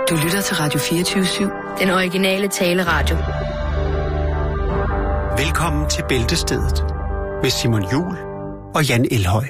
Du lytter til Radio 24/7. Den originale taleradio. Velkommen til Bæltestedet med Simon Juhl og Jan Elhøj.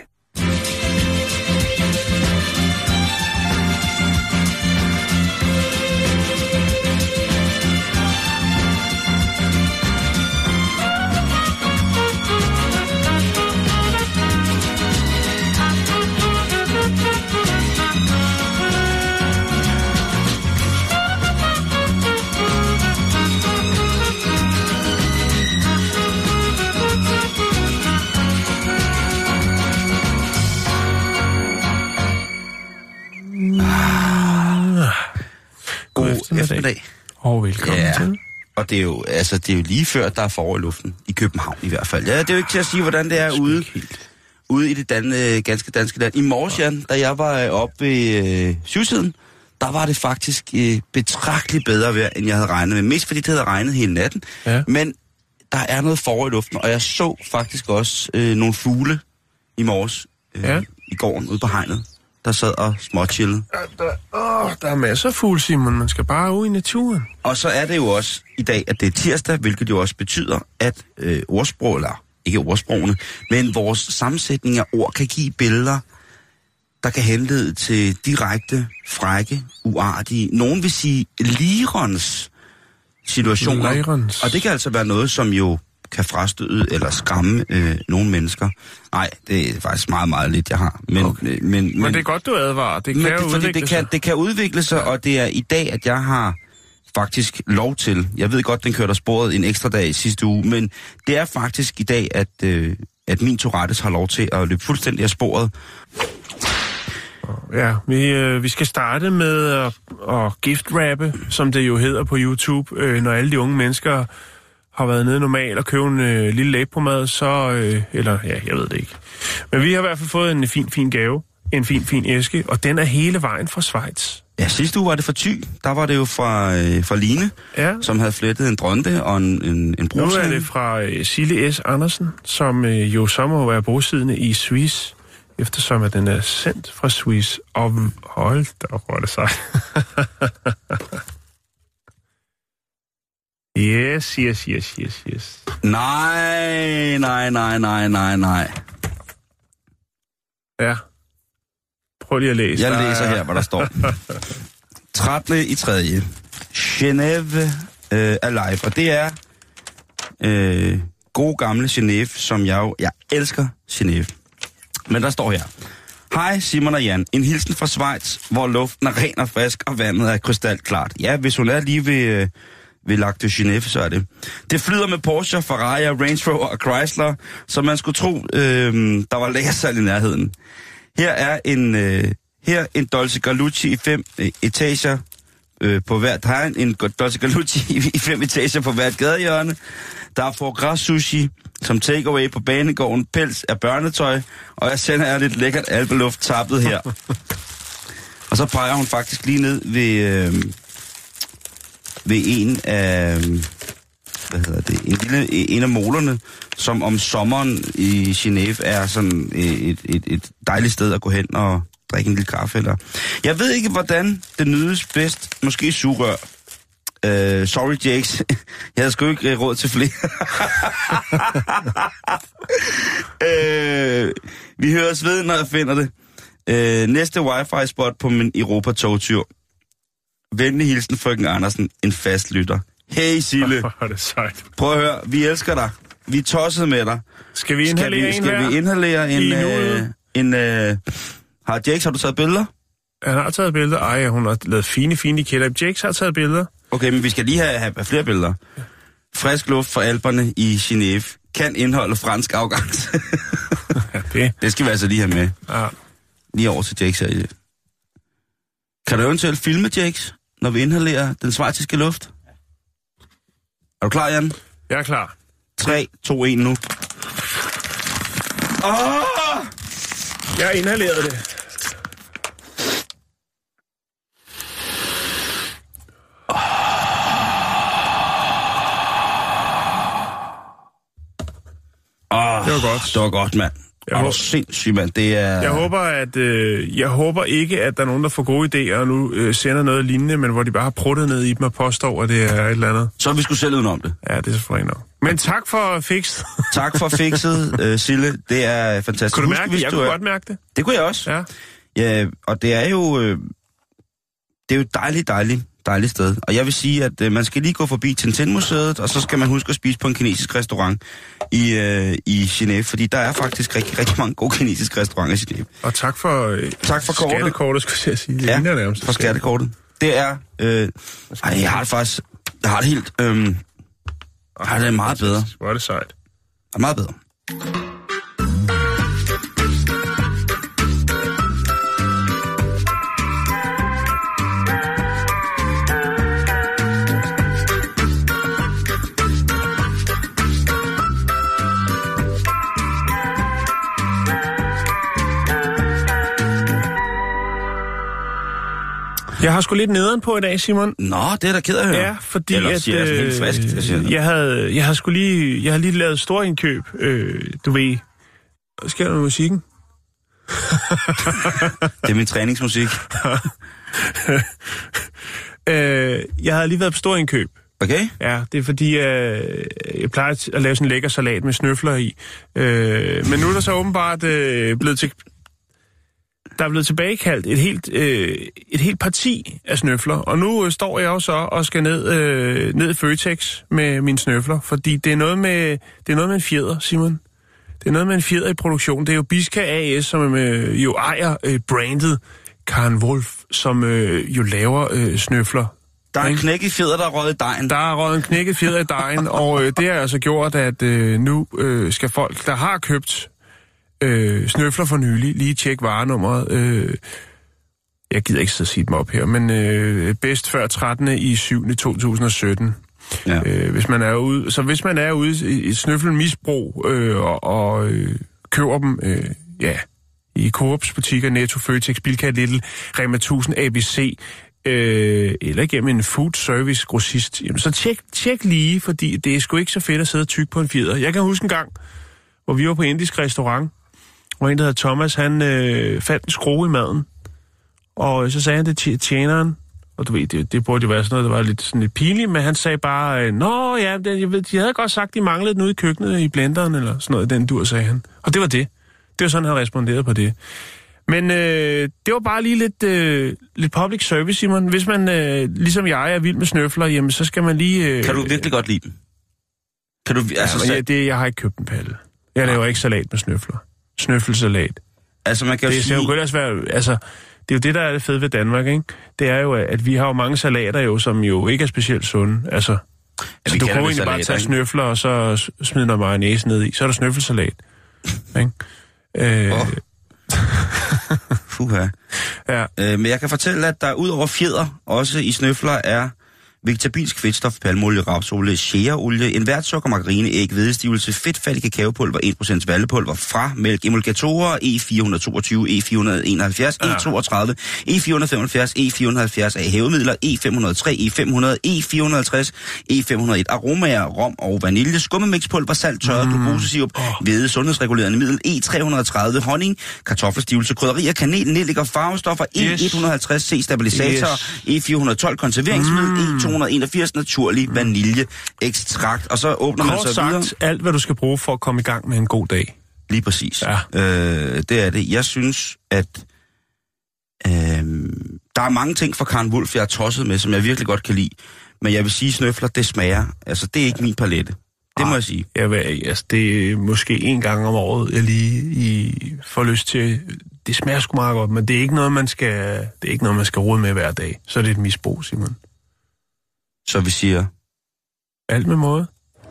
Eftermiddag. Og velkommen til. Og det er jo, det er jo lige før, der er forår i luften. I København i hvert fald. Ja, det er jo ikke til at sige, hvordan det er ude i det ganske danske land. I morges, Jan, da jeg var oppe ved syvsiden, der var det faktisk betragteligt bedre vejr, end jeg havde regnet med. Mest fordi det havde regnet hele natten. Ja. Men der er noget forår i luften, og jeg så faktisk også nogle fugle i morges i gården ude på hegnet, der sad og småchillede. Der er masser af fugle, Simon. Man skal bare ud i naturen. Og så er det jo også i dag, at det er tirsdag, hvilket jo også betyder, at ordsprog, eller ikke ordsprogene, men vores sammensætning af ord kan give billeder, der kan henlede til direkte, frække, uartige, nogen vil sige lirons situationer. Lirons. Og det kan altså være noget, som jo kan frastøde eller skræmme nogle mennesker. Nej, det er faktisk meget, meget lidt, jeg har. Men det er godt, du advarer. Det kan udvikle sig, og det er i dag, at jeg har faktisk lov til. Jeg ved godt, den kørte af sporet en ekstra dag i sidste uge, men det er faktisk i dag, at min Tourettes har lov til at løbe fuldstændig af sporet. Ja, vi skal starte med at giftrappe, som det jo hedder på YouTube, når alle de unge mennesker har været nede normalt og købe en lille læbpomade, jeg ved det ikke. Men vi har i hvert fald fået en fin gave, en fin æske, og den er hele vejen fra Schweiz. Ja, sidste uge var det fra Thy. Der var det jo fra Line, som havde flettet en dronte og en brusende. Nu er det fra Sille S. Andersen, som jo så må være bosiddende i Swiss, eftersom at den er sendt fra Swiss. Og hold da, hvor det sig. Yes. Nej. Ja. Prøv lige at læse. Jeg læser her, hvad der står. 13. i 3. Genève Alive. Og det er gode gamle Genève, som jeg elsker Genève. Men der står her. Hej Simon og Jan. En hilsen fra Schweiz, hvor luften er ren og frisk, og vandet er krystalklart. Ja, hvis hun er lige ved Lac de Genève, så er det. Det flyder med Porsche, Ferrari, Range Rover og Chrysler, så man skulle tro, der var lagersalg i nærheden. Her er en Dolce Galucci i 5 etager på hvert. Der er en Dolce Galucci i 5 etager på hvert gadehjørne. Der er foie gras sushi som takeaway på banegården. Pels er børnetøj, og jeg sender lidt lækkert alpeluft tappet her. Og så peger hun faktisk lige ned ved en af, en af molerne, som om sommeren i Genève er sådan et dejligt sted at gå hen og drikke en lille kaffe. Eller. Jeg ved ikke, hvordan det nydes bedst. Måske sugerør. Sorry, Jakes. Jeg havde sgu ikke råd til flere. Vi høres ved, når jeg finder det. Næste wifi-spot på min Europa-togtur. Venlig hilsen, frøken Andersen, en fast lytter. Hey, Sille. Prøv at høre, vi elsker dig. Vi er tosset med dig. Skal vi inhalere Skal vi inhalere en Jakes, har du taget billeder? Han har taget billeder. Ej, hun har lavet fine kælder. Jakes har taget billeder. Okay, men vi skal lige have flere billeder. Frisk luft fra Alperne i Genève kan indeholde fransk afgangs. Det skal vi altså lige have med. Ja. Lige over til Jakes her. Kan du eventuelt filme, Jakes, når vi inhalerer den schweiziske luft? Er du klar, Jan? Jeg er klar. 3, 2, 1 nu. Jeg inhalerede det. Det var godt. Det var godt, mand. Sindssygt, mand. Det er... Jeg håber ikke, at der er nogen, der får gode idéer og nu sender noget lignende, men hvor de bare har pruttet ned i dem og påstår, at det er et eller andet. Så vi skulle selv udenom det. Ja, det er selvfølgelig nok. Men tak for fikset. Tak for fikset, Sille. Det er fantastisk. Kunne du mærke det? Jeg kunne godt mærke det. Det kunne jeg også. Ja. Ja, og det er jo... det er jo et dejligt sted. Og jeg vil sige, at man skal lige gå forbi Tintin-museet, og så skal man huske at spise på en kinesisk restaurant i Genève, fordi der er faktisk rigtig, rigtig mange gode kinesiske restauranter i Genève. Og tak for skattekortet, skulle jeg sige. Ja, for skattekortet. Det er... jeg har det helt... jeg har det meget bedre. Hvor er det sejt. Det er meget bedre. Jeg har sgu lidt nederen på i dag, Simon. Nå, det er da ked af at høre. Ja, fordi eller, at helt frisk, jeg har lige lavet stor indkøb. Du ved, hvad sker der med musikken? Det er min træningsmusik. Jeg havde lige været på stor indkøb. Okay. Ja, det er fordi, jeg plejer at lave sådan en lækker salat med snøfler i. Men nu er der så åbenbart der er blevet tilbagekaldt et helt parti af snøfler, og nu står jeg jo så og skal ned i Føtex med mine snøfler, fordi det er noget med en fjeder, Simon. Det er noget med en fjeder i produktion. Det er jo Biska AS, som jo ejer brandet Karen Wolf, som jo laver snøfler. Der er en knækket fjeder, der er røget i dejen. Der er røget en knækket fjeder i dejen, og det har altså gjort, at nu skal folk, der har købt snøfler for nylig, lige tjekke varenummeret. Jeg gider ikke så sige dem op her, men bedst før 13.7.2017. Ja. Hvis man er ude i et snøffelmisbrug og køber dem i Coops butikker, Netto, Føtex, Bilka, Lidl, Rema 1000, ABC, eller gennem en food service grossist, jamen så tjek lige, fordi det er sgu ikke så fedt at sidde og tykke på en fjeder. Jeg kan huske en gang, hvor vi var på indisk restaurant, hvor en, der hedder Thomas, han fandt en skrue i maden, og så sagde han det til tjeneren, og du ved, det burde jo være sådan noget, der var lidt pinligt, men han sagde bare, nå ja, jeg ved, de havde godt sagt, de manglede den ude i køkkenet i blenderen, eller sådan noget, den dur, sagde han. Og det var det. Det var sådan, han responderede på det. Men det var bare lige lidt public service, Simon. Hvis man, ligesom jeg, er vild med snøfler, jamen, så skal man lige... Kan du virkelig godt lide dem? Kan du, altså, jeg har ikke købt en palle. Jeg laver ikke salat med snøfler. Snøffelsalat. Altså, man kan jo sige... Det er jo det, der er det fede ved Danmark, ikke? Det er jo, at vi har jo mange salater jo, som jo ikke er specielt sunde. Altså, så du kunne egentlig bare tage snøfler, og så smide noget mayonnaise ned i. Så er der snøffelsalat. Ikke? Fuha. Ja. Men jeg kan fortælle, at der ud over fjeder, også i snøfler, er vegetabilsk fedtstof, palmeolie, rapsolie, shea-olie, en værtsukker, margarine, æg, hvedestivelse, fedtfattig kakaopulver, 1% vallepulver fra mælk, emulgatorer, E422, E471, E32, E475, E470 af hævemidler, E503, E500, E450, E501, aromaer, rom og vanilje, skummemixpulver, salt, tørret glukosesirup, hvede, sundhedsregulerende middel, E330, honning, kartoffelstivelse, krydderier, kanel, nelliker, farvestoffer, E150C stabilisator, E412 konserveringsmiddel, E281 naturlig vaniljeekstrakt, og så åbner man så videre. Sagt alt, hvad du skal bruge for at komme i gang med en god dag. Lige præcis. Ja. Det er det. Jeg synes, at der er mange ting fra Karen Wolf, jeg er tosset med, som jeg virkelig godt kan lide. Men jeg vil sige, snøfler, det smager. Altså, det er ikke min palette. Det må jeg sige. Det er måske en gang om året, jeg lige får lyst til. Det smager sgu meget godt, men det er ikke noget, man skal rode med hver dag. Så er det et misbrug, Simon. Så vi siger... Alt med måde.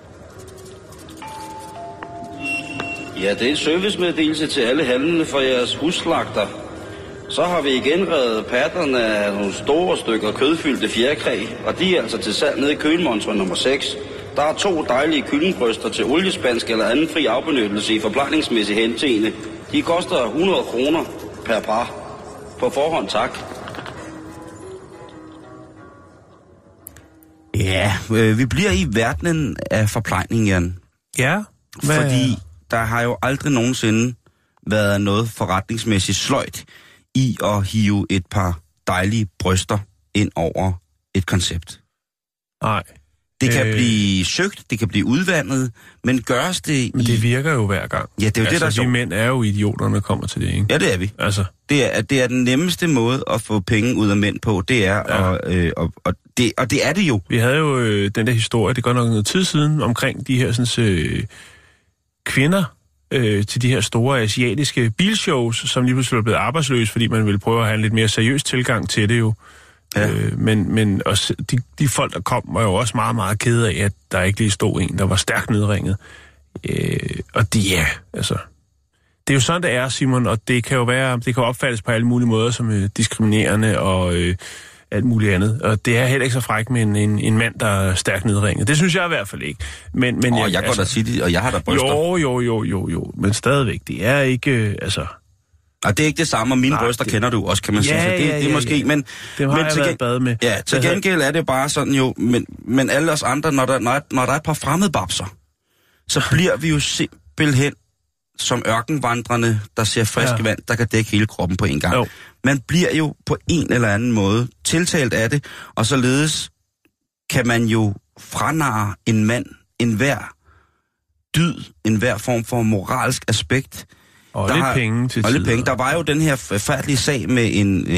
Ja, det er en servicemeddelelse til alle handlende for jeres husslagter. Så har vi igen reddet patterne af nogle store stykker kødfyldte fjerkræ, og de er altså til salg nede i Kølemontre nummer 6. Der er 2 dejlige kyllingbryster til oliespansk eller anden fri afbenyttelse i forplejningsmæssig henseende. De koster 100 kroner per par. På forhånd, tak. Ja, vi bliver i verdenen af forplejning, Jan. Ja. Fordi der har jo aldrig nogensinde været noget forretningsmæssigt sløjt i at hive et par dejlige bryster ind over et koncept. Nej. Det kan blive søgt, det kan blive udvandet, men gøres det Men det virker jo hver gang. Ja, det er jo det, der er vi mænd er jo idioter, når det kommer til det, ikke? Ja, det er vi. Altså. Det er den nemmeste måde at få penge ud af mænd på, det er, og det er det jo. Vi havde jo den der historie, det går nok noget tid siden, omkring de her sådan, kvinder til de her store asiatiske bilshows, som lige pludselig er blevet arbejdsløse, fordi man ville prøve at have en lidt mere seriøs tilgang til det jo. Ja. Men også, de folk, der kom, var jo også meget, meget kede af, at der ikke lige stod en, der var stærkt nedringet. Og det er jo sådan, det er, Simon, og det kan jo være, det kan opfattes på alle mulige måder som diskriminerende og alt muligt andet. Og det er heller ikke så fræk med en mand, der er stærkt nedringet. Det synes jeg i hvert fald ikke. Men jeg kan da sige det, og jeg har da bryster. Jo, men stadigvæk, det er ikke, Og det er ikke det samme, og mine bryster kender du også, kan man sige. Så det er måske, men... Det har jeg været bad med. Ja, til gengæld er det bare sådan jo, men alle os andre, når der er et par fremmede babser, så bliver vi jo simpelthen som ørkenvandrende, der ser frisk vand, der kan dække hele kroppen på en gang. Jo. Man bliver jo på en eller anden måde tiltalt af det, og således kan man jo franarre en mand, enhver dyd, enhver form for moralsk aspekt. Og lidt penge til tider. Der var jo den her forfærdelige sag med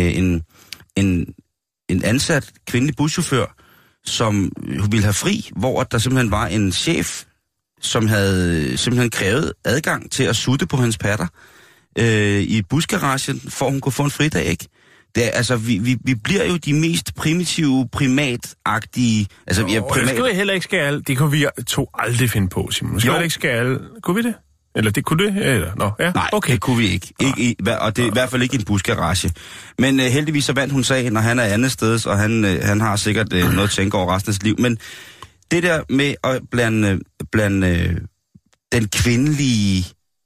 en ansat kvindelig buschauffør, som ville have fri, hvor der simpelthen var en chef, som havde simpelthen krævet adgang til at sutte på hans patter i busgaragen, for at hun kunne få en fridag, ikke? Det er, altså, vi bliver jo de mest primitive, primatagtige... Altså, vi er det skal vi heller ikke skal. Det kunne vi to aldrig finde på, Simon. Skal vi ikke skal. Kunne vi det? Eller det kunne det? Eller? Nå, ja. Nej, okay. Det kunne vi ikke. Og det er i hvert fald ikke en busgarage. Men heldigvis så vandt hun sagen, når han er andet sted, og han har sikkert noget at tænke over resten af sit liv. Men det der med at blande den kvindelige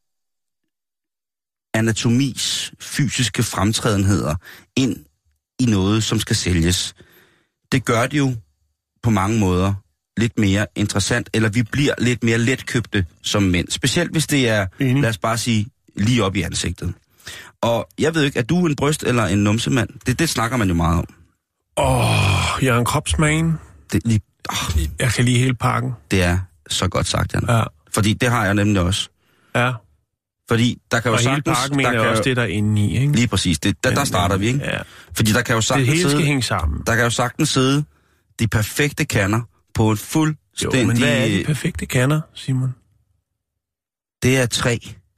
anatomis fysiske fremtrædenheder ind i noget, som skal sælges, det gør det jo på mange måder lidt mere interessant, eller vi bliver lidt mere letkøbte som mænd. Specielt hvis det er, lad os bare sige, lige op i ansigtet. Og jeg ved ikke, er du en bryst eller en numsemand? Det snakker man jo meget om. Jeg er en kropsman. Jeg kan lide hele pakken. Det er så godt sagt, Jan. Ja. Fordi det har jeg nemlig også. Ja. Fordi der kan jo sagtens... Og hele pakken mener jeg også det, der er inde i, ikke? Lige præcis. Der starter vi, ikke? Ja. Fordi der kan jo sagtens det hele skal hænge sammen. Der kan jo sagtens sidde de perfekte kander på et fuldstændig... Jo, men hvad er de perfekte kander, Simon? Det er 3.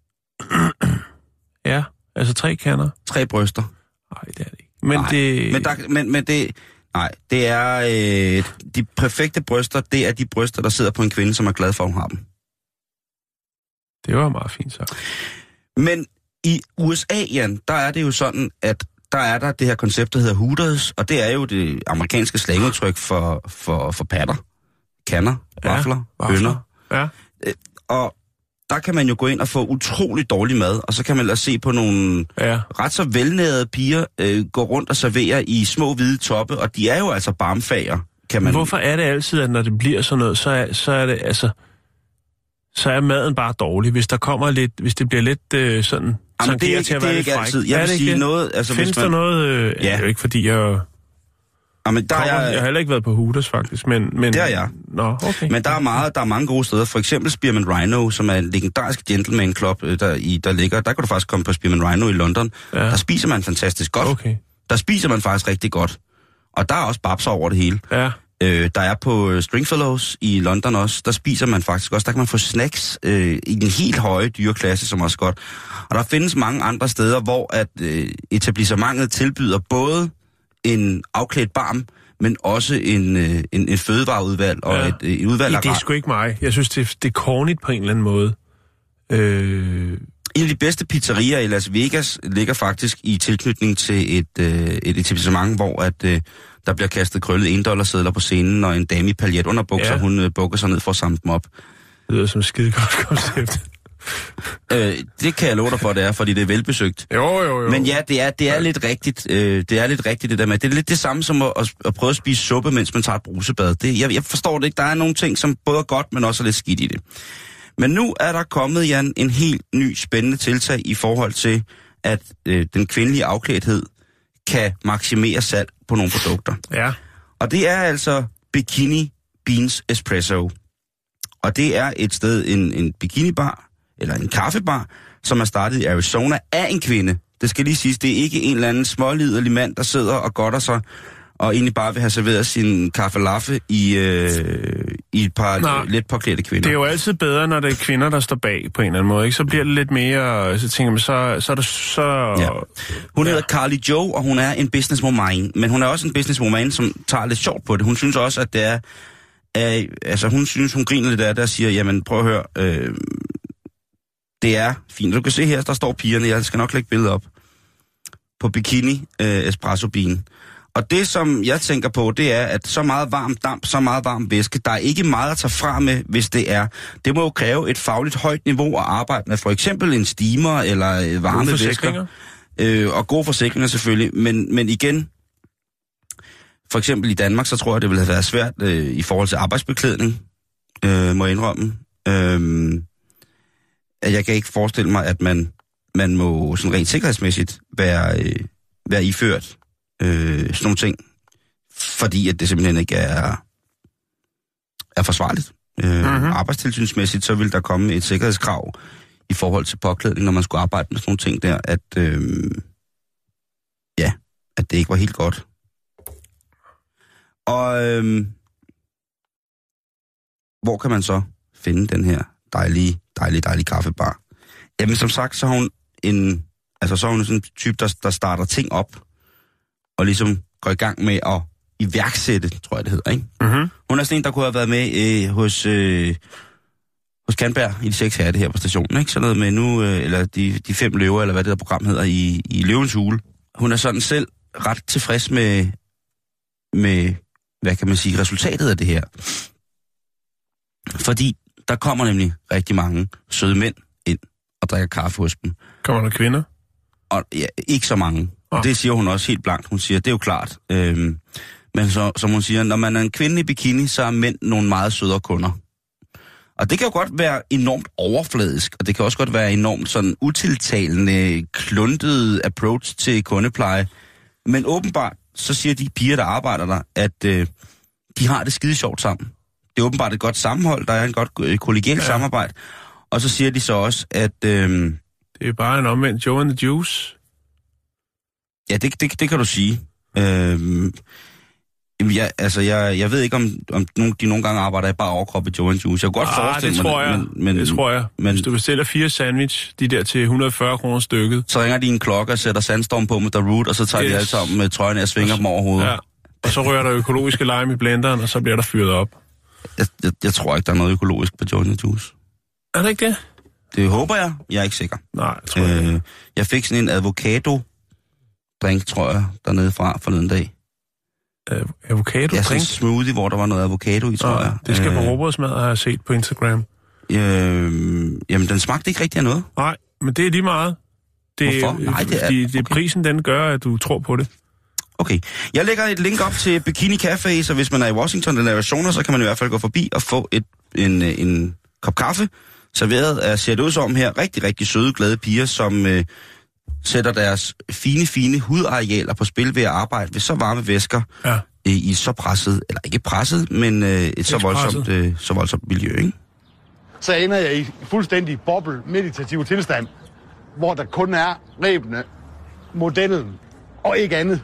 Ja, altså 3 kander. 3 bryster. Nej, det er det ikke. Det er de perfekte bryster, det er de bryster, der sidder på en kvinde, som er glad for, at hun har dem. Det var meget fint sagt. Men i USA, Jan, der er det jo sådan, at der er der det her koncept, der hedder Hooters, og det er jo det amerikanske slangudtryk for patter, kander, vafler, bønner. Ja. Og der kan man jo gå ind og få utrolig dårlig mad, og så kan man ellers se på nogle ret så velnærede piger gå rundt og servere i små hvide toppe, og de er jo altså barmfager, kan man... Hvorfor er det altid, at når det bliver sådan noget, så er det altså... Så er maden bare dårlig, hvis der kommer lidt... Hvis det bliver lidt sådan... Jamen, det er ikke altid. Jeg vil sige noget... Altså, findes der noget... Ja. Det er jo ikke, fordi jeg... Jamen, jeg har heller ikke været på Hooters, faktisk, men... Det er jeg. Nå, okay. Men der er mange gode steder. For eksempel Spearmint Rhino, som er en legendarisk gentleman club, der ligger... Der kan du faktisk komme på Spearmint Rhino i London. Ja. Der spiser man fantastisk godt. Okay. Der spiser man faktisk rigtig godt. Og der er også babser over det hele. Ja. Der er på Stringfellows i London også, der spiser man faktisk også. Der kan man få snacks i den helt høje dyreklasse, som også godt. Og der findes mange andre steder, hvor at etablissementet tilbyder både en afklædt barm, men også en fødevareudvalg og et udvalg af... Det er sgu ikke mig. Jeg synes, det er cornigt på en eller anden måde. En af de bedste pizzerier i Las Vegas ligger faktisk i tilknytning til et etablissement, hvor at... Der bliver kastet krøllet $1 på scenen, og en dame i paljet under bukser, hun bukker sig ned for at samle dem op. Det lyder som et skide godt koncept. Det kan jeg love dig for, det er, fordi det er velbesøgt. Jo. Men ja, det er lidt rigtigt. Det er lidt rigtigt, det der med. Det er lidt det samme som at prøve at spise suppe, mens man tager et brusebad. Jeg forstår det ikke. Der er nogle ting, som både er godt, men også er lidt skidt i det. Men nu er der kommet, Jan, en helt ny spændende tiltag i forhold til, at den kvindelige afklædthed kan maksimere salg på nogle produkter. Ja. Og det er altså Bikini Beans Espresso. Og det er et sted, en bikinibar, eller en kaffebar, som er startet i Arizona af en kvinde. Det skal lige siges, det er ikke en eller anden småliderlig mand, der sidder og godter sig, og egentlig bare vil have serveret sin kaffe laffe i et par let påklædte kvinder. Det er jo altid bedre, når det er kvinder, der står bag på en eller anden måde, ikke? Så bliver det lidt mere, så tænker man, så er det så... Ja. Hun hedder Carly Joe, og hun er en businesswoman, men hun er også en businesswoman, som tager lidt sjovt på det. Hun synes også, at det er... altså, hun synes, hun griner lidt af det og siger, jamen, prøv at høre, det er fint. Du kan se her, der står pigerne, jeg skal nok lægge billedet op, på Bikini Espresso-bilen. Og det, som jeg tænker på, det er, at så meget varm damp, så meget varm væske, der er ikke meget at tage fra med, hvis det er. Det må jo kræve et fagligt højt niveau at arbejde med, for eksempel en steamer eller varme væsker. Og gode forsikringer selvfølgelig. Men igen, for eksempel i Danmark, så tror jeg, det ville have været svært i forhold til arbejdsbeklædning, må jeg indrømme. Jeg kan ikke forestille mig, at man må sådan rent sikkerhedsmæssigt være iført sådan nogle ting, fordi at det simpelthen ikke er forsvarligt. Arbejdstilsynsmæssigt, så vil der komme et sikkerhedskrav i forhold til påklædning, når man skulle arbejde med sådan nogle ting der, at at det ikke var helt godt. Og hvor kan man så finde den her dejlige kaffebar? Jamen som sagt, så er hun sådan en type, der starter ting op, og ligesom går i gang med at iværksætte, tror jeg det hedder, ikke? Mm-hmm. Hun er sådan en, der kunne have været med hos Kandberg i de 6 hatte her på stationen, ikke? Sådan noget med nu, eller de 5 løver, eller hvad det der program hedder, i Løvens Hule. Hun er sådan selv ret tilfreds med, hvad kan man sige, resultatet af det her. Fordi der kommer nemlig rigtig mange søde mænd ind og drikker kaffe hos dem. Kommer der kvinder? Og ja, ikke så mange. Og det siger hun også helt blankt. Hun siger, det er jo klart. Men så, som hun siger, når man er en kvinde i bikini, så er mænd nogle meget sødere kunder. Og det kan jo godt være enormt overfladisk, og det kan også godt være enormt sådan utiltalende, kluntet approach til kundepleje. Men åbenbart, så siger de piger, der arbejder der, at de har det skide sjovt sammen. Det er åbenbart et godt sammenhold, der er en godt kollegialt samarbejde. Og så siger de så også, at... det er bare en omvendt Joe and the Juice. Ja, det kan du sige. Jeg ved ikke, om de nogle gange arbejder i bare overkrop i Joe and Juice. Jeg kunne godt forestille mig det. Det tror jeg. Hvis du bestiller 4 sandwich, de der til 140 kroner stykket. Så ringer de en klokke og sætter Sandstorm på med The Root, og så tager de alle sammen med trøjen og svinger dem over hovedet. Ja. Og så rører der økologiske lime i blenderen, og så bliver der fyret op. Jeg tror ikke, der er noget økologisk på Joe and Juice. Er det ikke det? Det håber jeg. Jeg er ikke sikker. Nej, jeg tror ikke. Jeg fik sådan en avocado-drink, tror jeg, dernede fra forleden dag. Avocado-drink? Ja, sådan en smoothie, hvor der var noget avocado i, tror jeg. Det skal på robotsmad have set på Instagram. Jamen, den smagte ikke rigtig af noget. Nej, men det er lige meget. Hvorfor? Nej, det er prisen, den gør, at du tror på det. Okay. Jeg lægger et link op til Bikini Café, så hvis man er i Washington eller Arizona, så kan man i hvert fald gå forbi og få en kop kaffe serveret af, ser det ud som her, rigtig, rigtig søde, glade piger, som sætter deres fine hudarealer på spil ved at arbejde ved så varme væsker i så presset, eller ikke presset, men et så voldsomt miljø, ikke? Så ender jeg i fuldstændig boble-meditativ tilstand, hvor der kun er rebene, modellen og ikke andet.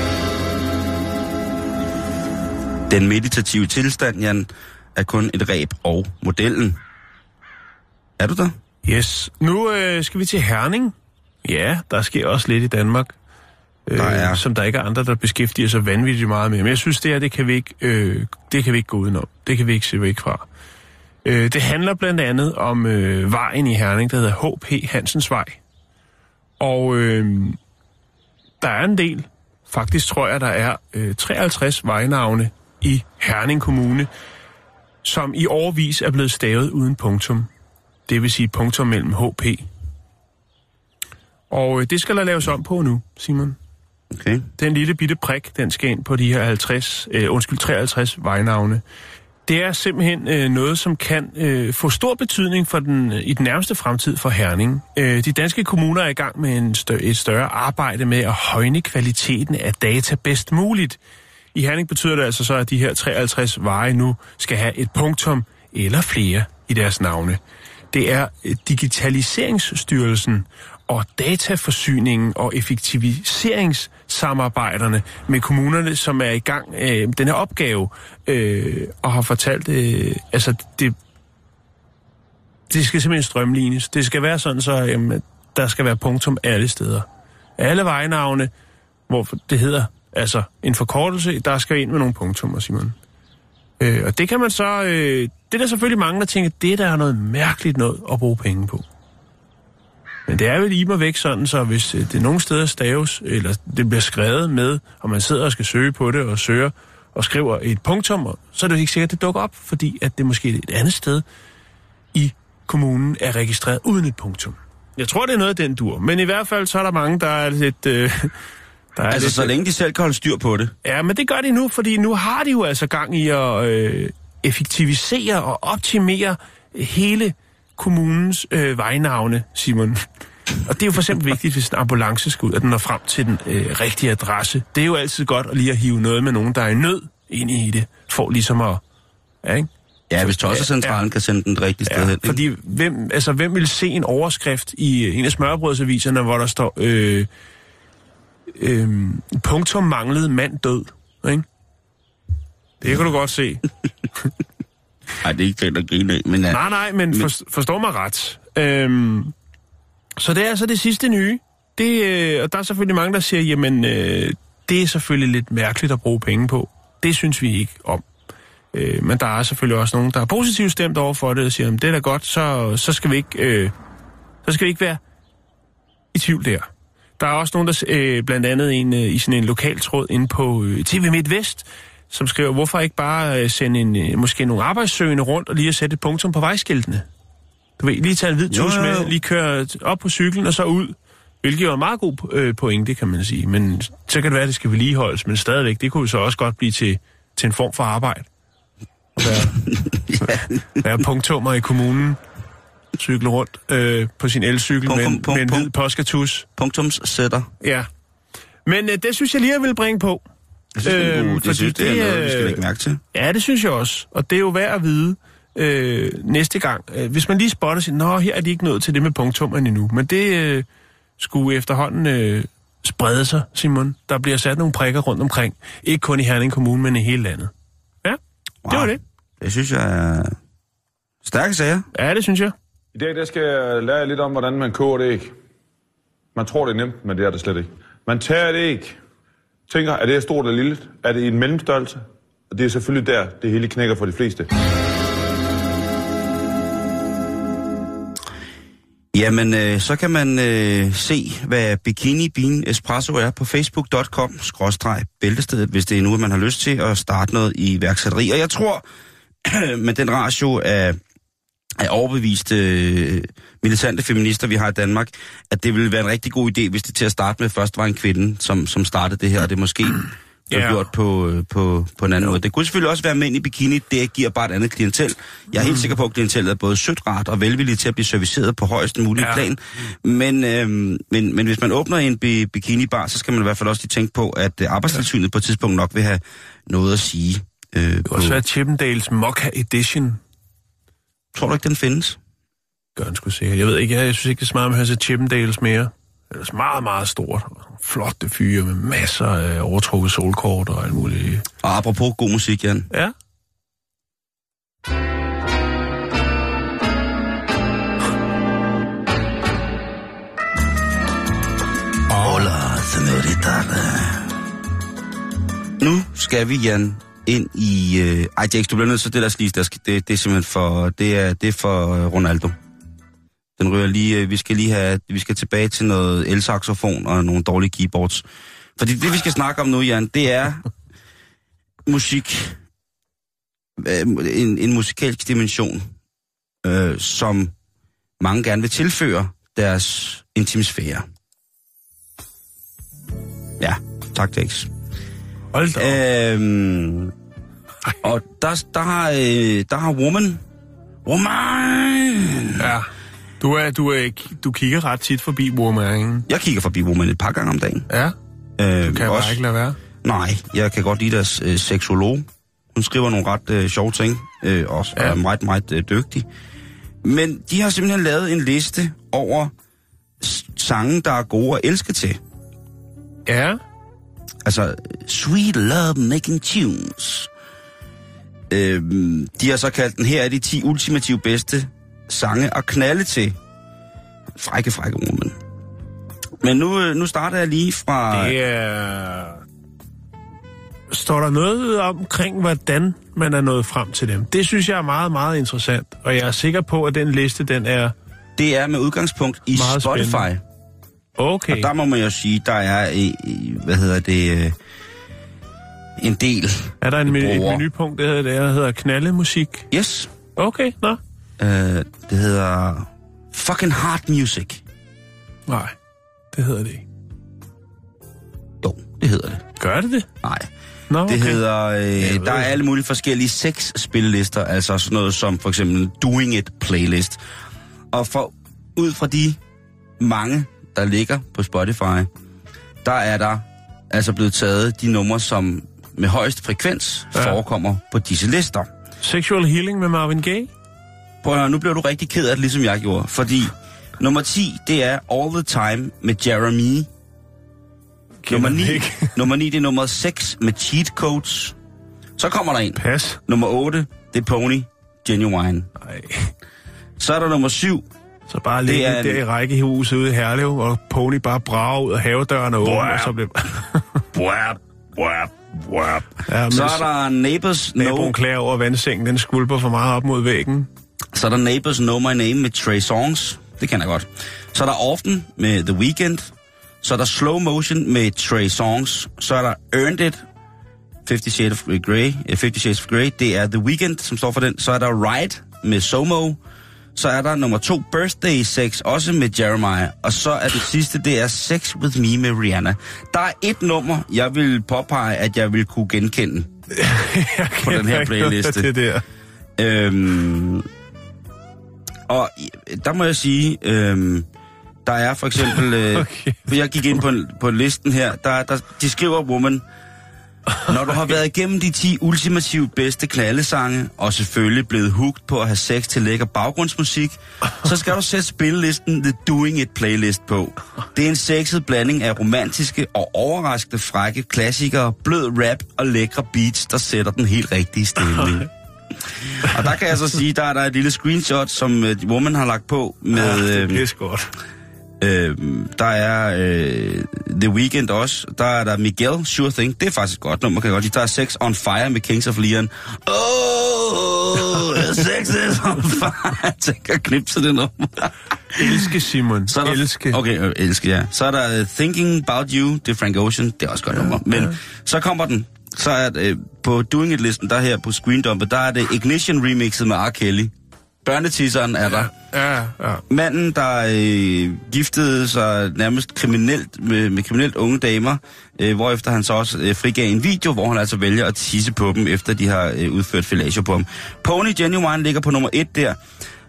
Den meditative tilstand, Jan, er kun et reb og modellen. Er du der? Yes. Nu skal vi til Herning. Ja, der sker også lidt i Danmark, som der ikke er andre, der beskæftiger sig vanvittigt meget med. Men jeg synes, det kan vi ikke gå udenom. Det kan vi ikke se væk fra. Det handler blandt andet om vejen i Herning, der hedder H.P. Hansens Vej. Og der er en del. Faktisk tror jeg, der er 53 vejnavne i Herning Kommune, som i årevis er blevet stavet uden punktum. Det vil sige punktum mellem HP. Og det skal der laves om på nu, Simon. Okay. Den lille bitte prik, den skal ind på de her 53 vejnavne. Det er simpelthen noget, som kan få stor betydning for i den nærmeste fremtid for Herning. De danske kommuner er i gang med et større arbejde med at højne kvaliteten af data bedst muligt. I Herning betyder det altså så, at de her 53 veje nu skal have et punktum eller flere i deres navne. Det er Digitaliseringsstyrelsen og dataforsyningen og effektiviseringssamarbejderne med kommunerne, som er i gang med denne opgave, og har fortalt, det skal simpelthen strømlignes. Det skal være sådan, så der skal være punktum alle steder. Alle vejnavne, hvor det hedder, altså en forkortelse, der skal ind med nogle punktummer, Simon. Og det kan man så, det er der selvfølgelig mange, der tænker, det der er noget mærkeligt noget at bruge penge på. Men det er vel i mig væk sådan, så hvis det nogle steder staves, eller det bliver skrevet med, og man sidder og skal søge på det, og søger og skriver et punktum, så er det jo ikke sikkert, at det dukker op, fordi at det måske et andet sted i kommunen er registreret uden et punktum. Jeg tror, det er noget af den dur. Men i hvert fald, så er der mange, der er lidt... så længe de selv kan holde styr på det. Ja, men det gør de nu, fordi nu har de jo altså gang i at effektivisere og optimere hele kommunens vejnavne, Simon. Og det er jo for eksempel vigtigt, hvis en ambulance skal ud, at den når frem til den rigtige adresse. Det er jo altid godt at lige at hive noget med nogen, der er i nød ind i det, for ligesom at... Ja, ikke? Ja, hvis Tossecentralen kan sende den rigtige sted hen. Fordi hvem vil se en overskrift i en af smørrebrødsaviserne, hvor der står... punktum manglede mand død, ikke? Det kan du godt se. Nej, det er ikke det, der griner af, men... Nej, men forstår mig ret. Så det er altså det sidste nye. Og der er selvfølgelig mange, der siger, jamen, det er selvfølgelig lidt mærkeligt at bruge penge på. Det synes vi ikke om. Men der er selvfølgelig også nogen, der er positivt stemt over for det, og siger, jamen, det er da godt, så skal vi ikke være i tvivl der. Der er også nogen, der blandt andet i sådan en lokaltråd inde på TV MidtVest, som skriver, hvorfor ikke bare sende måske nogle arbejdssøgende rundt og lige at sætte et punktum på vejskiltene? Du ved, lige tage en hvid tus med, lige køre op på cyklen og så ud. Hvilket jo er en meget god pointe, kan man sige. Men så kan det være, at det skal vedligeholdes, men stadigvæk, det kunne jo så også godt blive til en form for arbejde. Være punktummer i kommunen. Cykle rundt på sin elcykel med en hvid påskatus. Punktumssætter. Ja. Men det synes jeg lige, jeg vil bringe på. Det synes det er noget, vi skal lægge mærke til. Ja, det synes jeg også. Og det er jo værd at vide næste gang. Hvis man lige spotter sig, nå, her er de ikke nået til det med punktummerne endnu. Men det skulle efterhånden sprede sig, Simon. Der bliver sat nogle prikker rundt omkring. Ikke kun i Herning Kommune, men i hele landet. Ja, det var det. Det synes jeg er stærke sager. Ja, det synes jeg. I dag der skal jeg lære jer lidt om, hvordan man koger et æg. Man tror, det er nemt, men det er det slet ikke. Man tager et æg, tænker, er det stort eller lille? Er det i en mellemstørrelse? Og det er selvfølgelig der, det hele knækker for de fleste. Jamen, så kan man se, hvad Bikini Bean Espresso er på facebook.com/bæltestedet, hvis det er nu, at man har lyst til at starte noget i iværksætteri. Og jeg tror, med den ratio af overbeviste militante feminister, vi har i Danmark, at det ville være en rigtig god idé, hvis det til at starte med først var en kvinde, som startede det her, og det måske blev gjort på en anden måde. Det kunne selvfølgelig også være mænd i bikini, det giver bare et andet klientel. Jeg er helt sikker på, at klientellet er både sødt, rart og velvilligt til at blive serviceret på højeste mulige plan. Men hvis man åbner en bikinibar, så skal man i hvert fald også lige tænke på, at Arbejdstilsynet på et tidspunkt nok vil have noget at sige. Det kunne også være Chippendales Mocha Edition. Tror du ikke, den findes? Gør den sgu sikkert. Jeg ved ikke, jeg synes ikke, det er smart, at man har set Chippendales mere. Det er meget, meget stort. Flotte fyre med masser af overtrukket solkort og alt muligt. Og apropos god musik, Jan. Ja. Hola, señorita. Nu skal vi, Jan, ind i... Jax, du bliver nødt til det der slis. Det er simpelthen for... Det er for Ronaldo. Den ryger lige... Vi skal tilbage til noget elsaxofon og nogle dårlige keyboards. Fordi det, vi skal snakke om nu, Jan, det er musik. En musikalsk dimension, som mange gerne vil tilføre deres intimsfære. Ja, tak, Jax. Hold da Og der har Woman. Ja. Du kigger ret tit forbi Woman, ikke? Jeg kigger forbi Woman et par gange om dagen. Ja. Du kan bare ikke lade være. Nej, jeg kan godt lide deres seksolog. Hun skriver nogle ret sjove ting, også, og er meget, meget dygtig. Men de har simpelthen lavet en liste over sange, der er gode at elske til. Ja. Altså, Sweet Love Making Tunes. De har så kaldt den, her er de 10 ultimative bedste sange at knalde til. Frække Woman. Men nu starter jeg lige fra... Det er... Står der noget omkring, hvordan man er nået frem til dem? Det synes jeg er meget, meget interessant. Og jeg er sikker på, at den liste, den er... Det er med udgangspunkt i Spotify. Spændende. Okay. Og der må man jo sige, der er, en del. Er der et menupunkt, der hedder knaldemusik? Yes. Okay, nå. Det hedder fucking hard music. Nej, det hedder det ikke. Jo, det hedder det. Gør det? Nej. Nå, okay. Det hedder, der er alle mulige forskellige spillelister, altså sådan noget som for eksempel Doing It playlist. Og ud fra de mange, der ligger på Spotify, der er der altså blevet taget de numre, som med højst frekvens forekommer på disse lister. Sexual Healing med Marvin Gaye? Prøv at høre, nu bliver du rigtig ked af det, ligesom jeg gjorde. Fordi nummer 10, det er All the Time med Jeremy. Nummer 9, det er nummer 6 med Cheat Codes. Så kommer der en. Pas. Nummer 8, det er Pony, Genuine. Nej. Så er der nummer 7. Så bare ligge der i rækkehuset ude i Herlev, og Pony bare brager ud af havedøren og åbner, og så bliver... Ja, så er der Neighbors Naboen klager over vandsengen, den skvulper for meget op mod væggen. Så er der Neighbors Know My Name med Trey Songz. Det kan jeg godt. Så er der Often med The Weeknd. Så er der Slow Motion med Trey Songz. Så er der Earned It, 50 Shades of Grey. Det er The Weeknd, som står for den. Så er der Ride med Somo. Så er der nummer 2, Birthday Sex, også med Jeremiah. Og så er det sidste, det er Sex With Me med Rihanna. Der er et nummer, jeg vil påpege, at jeg vil kunne genkende på den her playliste. Det der. Og der må jeg sige, der er for eksempel... Okay. Jeg gik ind på listen her, de skriver Woman... Når du har været igennem de 10 ultimative bedste knaldesange, og selvfølgelig blevet hooked på at have sex til lækker baggrundsmusik, så skal du sætte spillelisten The Doing It playlist på. Det er en sexet blanding af romantiske og overraskende frække klassikere, blød rap og lækre beats, der sætter den helt rigtige stemning. Og der kan jeg så sige, der er et lille screenshot, som Woman har lagt på med... det er pissegodt. Der er The Weeknd også. Der er der Miguel, Sure Thing. Det er faktisk godt nummer, kan jeg godt lide. Der er Sex on Fire med Kings of Leon. Sex is on fire. Jeg tænker at knipse det nummer. Elske, Simon. Så der, elske. Okay, elske, ja. Så er der Thinking About You, det er Frank Ocean. Det er også godt nummer. Men så kommer den. Så er det, på Doing It-listen, der her på Screendumpet, der er det Ignition remixet med R. Kelly. Børnetisseren er der. Ja. Manden, der giftede sig nærmest kriminelt med kriminelt unge damer, hvorefter han så også frigav en video, hvor han altså vælger at tisse på dem, efter de har udført fellatio på ham. Pony Genuine ligger på nummer 1 der.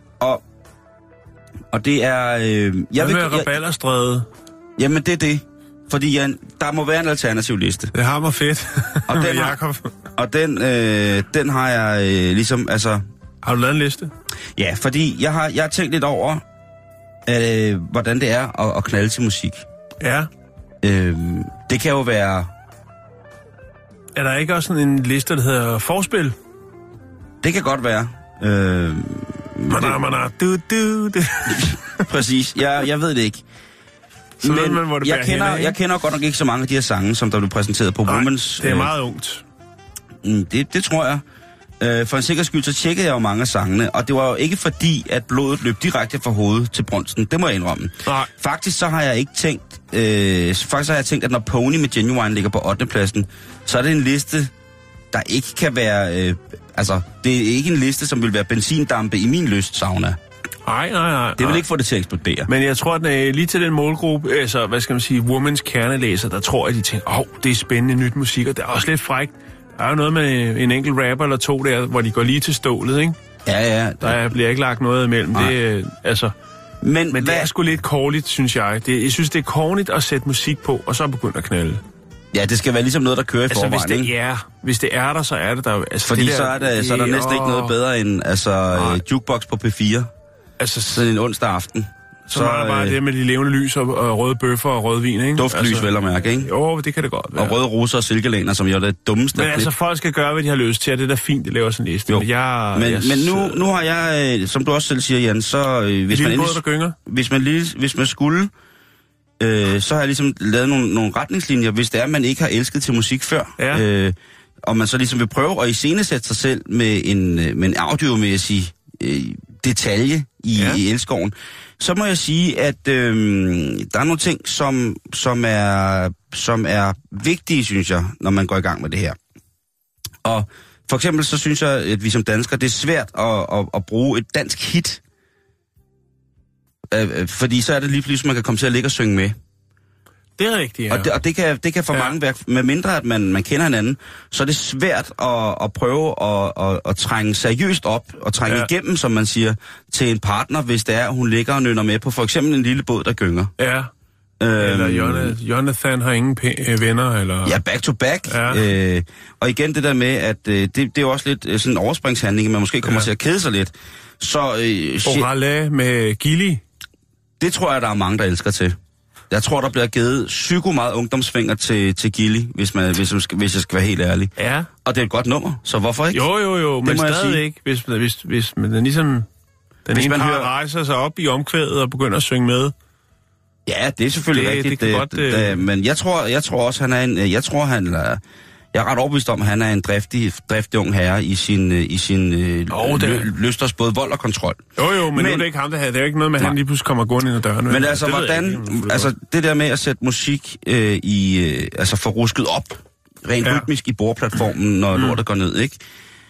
Og det er... Hvad med Rabalderstræde? Jamen, det er det. Fordi der må være en alternativ liste. Det har mig fedt. Og den har jeg ligesom, altså... Har du lavet en liste? Ja, fordi jeg har tænkt lidt over, hvordan det er at knalde til musik. Ja. Det kan jo være... Er der ikke også sådan en liste, der hedder forspil? Det kan godt være. Præcis, jeg ved det ikke. Så men man, hvor det jeg kender godt nok ikke så mange af de her sange, som der blev præsenteret på Womans... det er meget ungt. Det tror jeg. For en sikkerheds skyld, så tjekkede jeg jo mange af sangene, og det var jo ikke fordi, at blodet løb direkte fra hovedet til brunsten. Det må jeg indrømme. Nej. Faktisk så har jeg ikke tænkt... at når Pony med Genuine ligger på 8. pladsen, så er det en liste, der ikke kan være... det er ikke en liste, som vil være benzindampe i min lystsauna. Nej. Det vil ikke få det til at eksplodere. Men jeg tror, at lige til den målgruppe, altså, hvad skal man sige, Womans kernelæser, der tror, at de tænker, det er spændende nyt musik, og det er også lidt frækt. Der er jo noget med en enkelt rapper eller to der, hvor de går lige til stålet, ikke? Ja. Der bliver ikke lagt noget imellem. Det, altså... Men det er sgu lidt korligt, synes jeg. Jeg synes, det er korligt at sætte musik på, og så begynde at knalde. Ja, det skal være ligesom noget, der kører i forvejen, ikke? Hvis det er der, så er det der. Altså, fordi det der, så er der næsten ikke noget bedre end jukebox på P4. Altså sådan en onsdag aften. Så er der bare det med de levende lys og røde bøffer og rødvin, ikke? Duftlys, vel at mærke, ikke? Jo, det kan det godt være. Og røde roser og silkelæner, som jo er det dummeste. Men altså, folk skal gøre, hvad de har lyst til, og det er da fint, at laver sådan en liste. Men nu har jeg, som du også selv siger, Jan, så hvis man skulle, så har jeg ligesom lavet nogle retningslinjer, hvis det er, man ikke har elsket til musik før. Ja. Og man så ligesom vil prøve at iscenesætte sig selv med en audiomæssig detalje i elskoven, så må jeg sige, at der er nogle ting, som er vigtige, synes jeg, når man går i gang med det her. Og for eksempel så synes jeg, at vi som danskere, det er svært at bruge et dansk hit, fordi så er det lige pludselig, man kan komme til at ligge og synge med. Det er rigtigt, ja. Og det kan for mange være, med mindre at man kender hinanden, så er det svært at prøve at trænge seriøst op, og trænge igennem, som man siger, til en partner, hvis det er, at hun ligger og nynner med på for eksempel en lille båd, der gynger. Ja. Eller Jonathan har ingen venner, eller... Ja, back to back. Ja. Og igen det der med, at det er også lidt sådan en overspringshandling, man måske kommer til at kede sig lidt. Så... Orale med Gilly. Det tror jeg, der er mange, der elsker til. Jeg tror, der bliver givet psyko meget ungdomsfinger til Gilly, hvis jeg skal være helt ærlig. Ja. Og det er et godt nummer, så hvorfor ikke? Jo, men stadig ikke. Hvis man ligesom... Den ene par rejser sig op i omkvædet og begynder at synge med. Ja, det er selvfølgelig rigtigt. Men jeg tror også, han er en... Jeg er ret overbevist om, at han er en driftig ung herre i sin lysters både vold og kontrol. Jo, men nu er det ikke ham, det er jo ikke noget med, at han lige pludselig kommer gående ind ad døren. Men altså, det der med at sætte musik få rusket op, rent rytmisk i bordplatformen, når lortet går ned, ikke?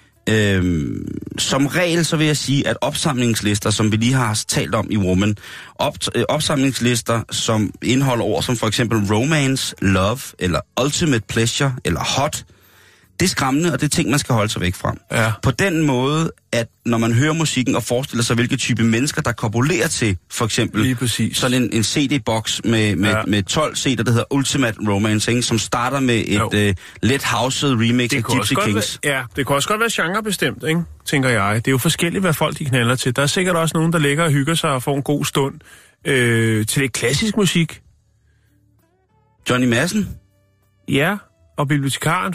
Som regel så vil jeg sige, at opsamlingslister, som vi lige har talt om i Woman, opsamlingslister, som indeholder ord som for eksempel romance, love, eller ultimate pleasure, eller hot, det er skræmmende, og det er ting, man skal holde sig væk fra. Ja. På den måde, at når man hører musikken og forestiller sig, hvilke type mennesker, der kopulerer til, for eksempel sådan en CD-boks med 12 CD'er, der hedder Ultimate Romance, ikke? Som starter med et let houset remix af Gypsy Kings. Det kan også godt være genrebestemt, ikke? Tænker jeg. Det er jo forskelligt, hvad folk de knalder til. Der er sikkert også nogen, der ligger og hygger sig og får en god stund til det klassisk musik. Johnny Madsen? Ja. Og bibliotekaren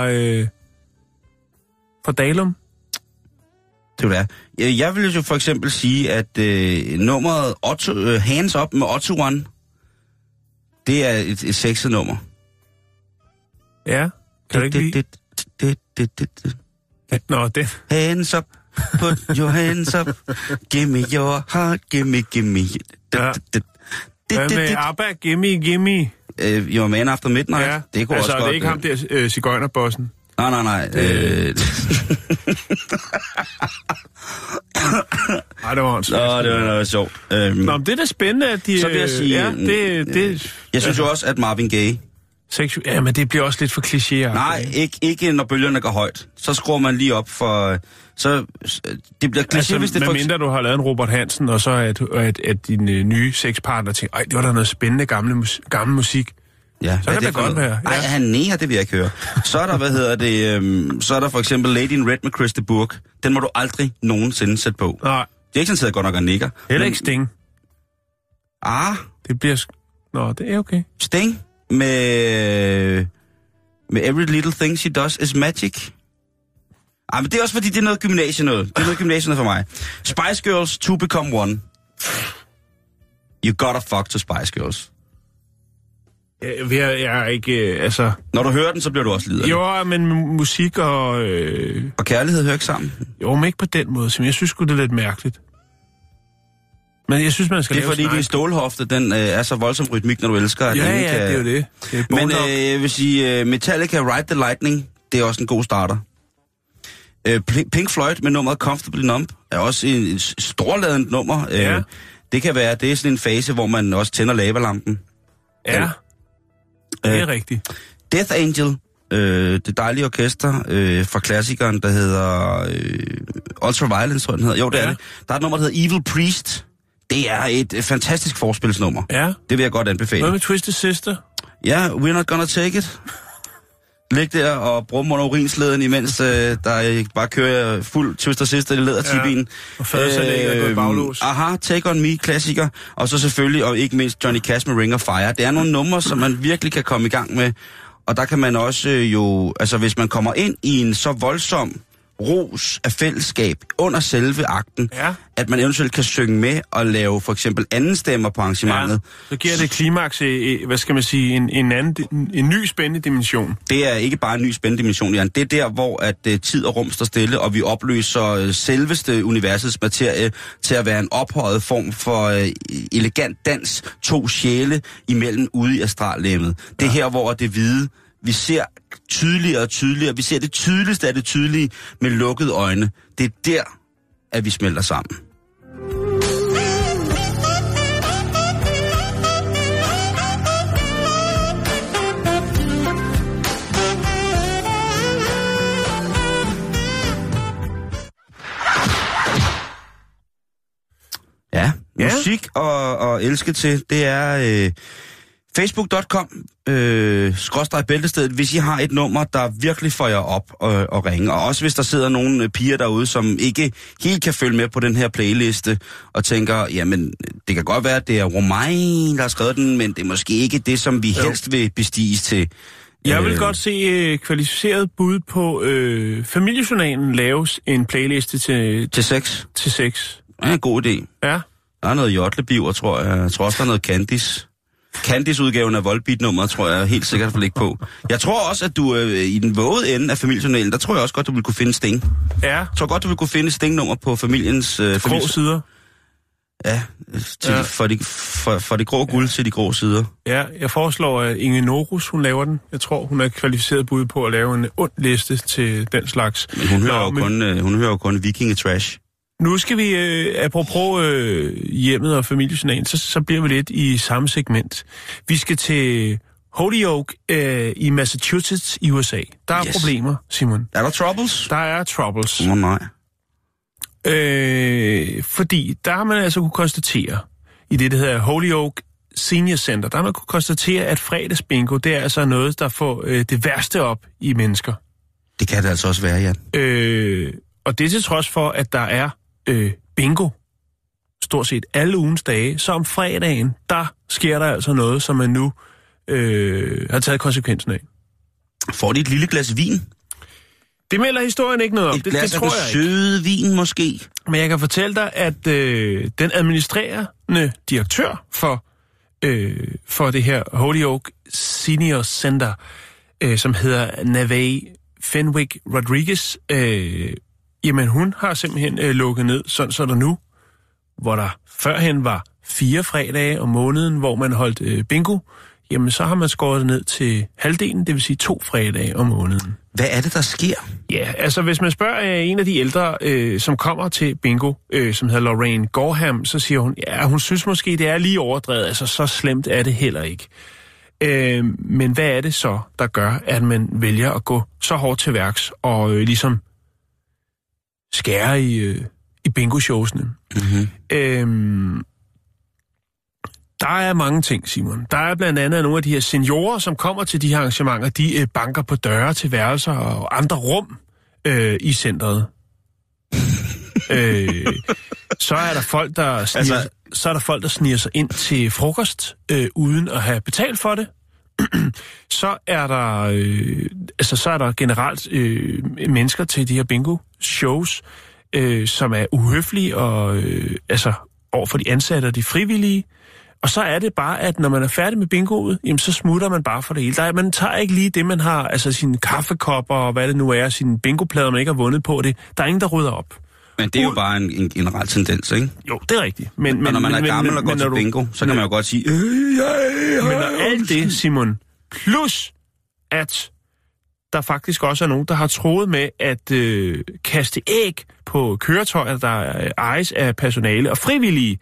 fra Dalum. Det er det. Jeg vil jo for eksempel sige, at nummeret Hands Up med Otto One, det er et sexet nummer. Ja, kan du ikke lide? Nå, det. Hands up, put your hands up, give me your heart, give me. Hvad med ABBA, gimme? Your Man After Midnight. Ja, det kunne også godt. Det er ikke ham der, sigøjnerbossen. Nej. Nej, det var hans. Nå, det var noget sjovt. Nå, men det er da spændende, at de... Så vil jeg sige... jeg synes jo også, at Marvin Gaye... Ja, men det bliver også lidt for klichéer. Nej, ikke når bølgerne går højt. Så skruer man lige op for... Så det bliver kliché, hvis det... Hvad mindre du har lavet en Robert Hansen, og så at din nye sexpartner tænker, det var da noget spændende gammel musik. Ja, så kan det godt være. Nej, han nærer, det vil jeg ikke høre. Så er der, så er der for eksempel Lady in Red med Chris de Burgh. Den må du aldrig nogensinde sætte på. Nej. Det er ikke sådan, at jeg godt nok nikker. Heller ikke Sting. Det bliver... Nå, det er okay. Sting med Every Little Thing She Does Is Magic. Men det er også fordi, det er noget gymnasienød. Det er noget gymnasienød for mig. Spice Girls, To Become One. You gotta fuck to Spice Girls. Jeg er ikke, Når du hører den, så bliver du også liderlig. Jo, men musik og... Og kærlighed hører ikke sammen. Jo, men ikke på den måde. Jeg synes sgu, det er lidt mærkeligt. Men jeg synes, man skal... Det er fordi, din stålhofte, den er så voldsom rytmik, når du elsker. At det er jo det. Men jeg vil sige, Metallica Ride the Lightning, det er også en god starter. Pink Floyd med nummeret Comfortably Numb er også et storladent nummer. Ja. Det kan være, det er sådan en fase, hvor man også tænder lavalampen. Ja, det er rigtigt. Death Angel det dejlige orkester fra klassikeren, der hedder Ultraviolence, tror jeg den hedder. Jo, det er det. Der er et nummer, der hedder Evil Priest. Det er et fantastisk forspilsnummer. Ja. Det vil jeg godt anbefale. Hvad med Twisted Sister? Ja, We're Not Gonna Take It. Ligge der og brumme under urinsleden, imens der bare kører fuld Twisted Sister i lædertibilen. Og fadersalæg er gået i baglås. Aha, Take On Me, klassiker. Og så selvfølgelig, og ikke mindst, Johnny Cash med Ring of Fire. Det er nogle numre, som man virkelig kan komme i gang med. Og der kan man også altså hvis man kommer ind i en så voldsom ros af fællesskab under selve akten, at man eventuelt kan synge med og lave for eksempel anden stemmer på arrangementet. Ja, så giver det klimaks, hvad skal man sige, en ny spændende dimension. Det er ikke bare en ny spændende dimension, Jan. Det er der, hvor at tid og rum står stille, og vi opløser selveste universets materie til at være en ophøjet form for elegant dans, to sjæle imellem ude i astrallemmet. Det er her, hvor det hvide, vi ser tydeligere og tydeligere. Vi ser det tydeligste af det tydelige med lukkede øjne. Det er der, at vi smelter sammen. Ja, musik og elske til, det er Facebook.com /bæltestedet, hvis I har et nummer, der virkelig får jer op og ringe. Og også hvis der sidder nogle piger derude, som ikke helt kan følge med på den her playliste, og tænker, jamen, det kan godt være, at det er Romain, der har skrevet den, men det er måske ikke det, som vi helst vil bestiges til. Jeg vil godt se kvalificeret bud på Familiejournalen laves en playliste til 6. Til 6. Det er en god idé. Ja. Der er noget Jotlebiver, tror jeg. Jeg tror også, der er noget Candice. Candice-udgaven af Volbeat-nummeret, tror jeg helt sikkert får ligge på. Jeg tror også, at du i den vågede ende af Familiejournalen, der tror jeg også godt, du vil kunne finde Sting. Ja. Jeg tror godt, du vil kunne finde Sting-nummer på familiens... grå sider. Ja, for de grå guld til de grå sider. Ja, jeg foreslår, at Inge Norus, hun laver den. Jeg tror, hun er kvalificeret bud på at lave en ond liste til den slags. Men hun hører jo kun vikingetrash. Nu skal vi, apropos hjemmet og familiejournalen, så bliver vi lidt i samme segment. Vi skal til Holyoke i Massachusetts i USA. Der er problemer, Simon. Er der troubles? Der er troubles. Nej. Fordi der har man altså kunne konstatere, i det, der hedder Holyoke Senior Center, der har man kunne konstatere, at fredagsbingo, det er altså noget, der får det værste op i mennesker. Det kan det altså også være, ja. Og det til trods for, at der er bingo stort set alle ugens dage, så om fredagen, der sker der altså noget, som man nu har taget konsekvensen af. Får de et lille glas vin? Det melder historien ikke noget om. Det tror jeg ikke. Søde vin måske? Men jeg kan fortælle dig, at den administrerende direktør for det her Holyoke Senior Center, som hedder Navay Fenwick Rodriguez, jamen hun har simpelthen lukket ned, sådan så der nu, hvor der førhen var 4 fredage om måneden, hvor man holdt bingo, jamen så har man skåret det ned til halvdelen, det vil sige 2 fredage om måneden. Hvad er det, der sker? Ja, altså hvis man spørger en af de ældre, som kommer til bingo, som hedder Lorraine Gorham, så siger hun, ja, hun synes måske, det er lige overdrevet, altså så slemt er det heller ikke. Men hvad er det så, der gør, at man vælger at gå så hårdt til værks og ligesom skære i bingo-showsene? Mm-hmm. Der er mange ting, Simon. Der er blandt andet nogle af de her seniorer, som kommer til de her arrangementer, de banker på døre til værelser og andre rum i centret. Så er der folk, der sniger sig ind til frokost uden at have betalt for det. Så er der generelt mennesker til de her bingo-shows, som er uhøflige og over for de ansatte og de frivillige. Og så er det bare, at når man er færdig med bingoet, jamen så smutter man bare for det hele. Man tager ikke lige det, man har, altså sine kaffekopper og hvad det nu er, sine bingoplader, man ikke har vundet på det. Der er ingen, der rydder op. Men det er jo bare en generel tendens, ikke? Jo, det er rigtigt. Men når man er gammel og går til bingo, så kan man jo godt sige... Men når alt det, Simon, plus at der faktisk også er nogen, der har troet med at kaste æg på køretøjer, der ejes af personale og frivillige...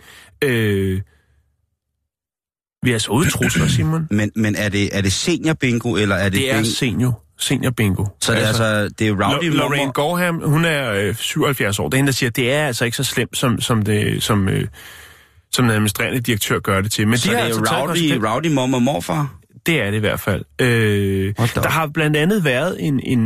Vi er altså ude trusler, Simon. Men er det senior bingo, eller er det... Det er senior bingo. Så det er det er Rowdy Lorraine Gorham, hun er 77 år. Det er hende, der siger, at det er altså ikke så slemt, som den administrerende direktør gør det til. Men så det er altså Rowdy mor og morfar? Det er det i hvert fald. Der har blandt andet været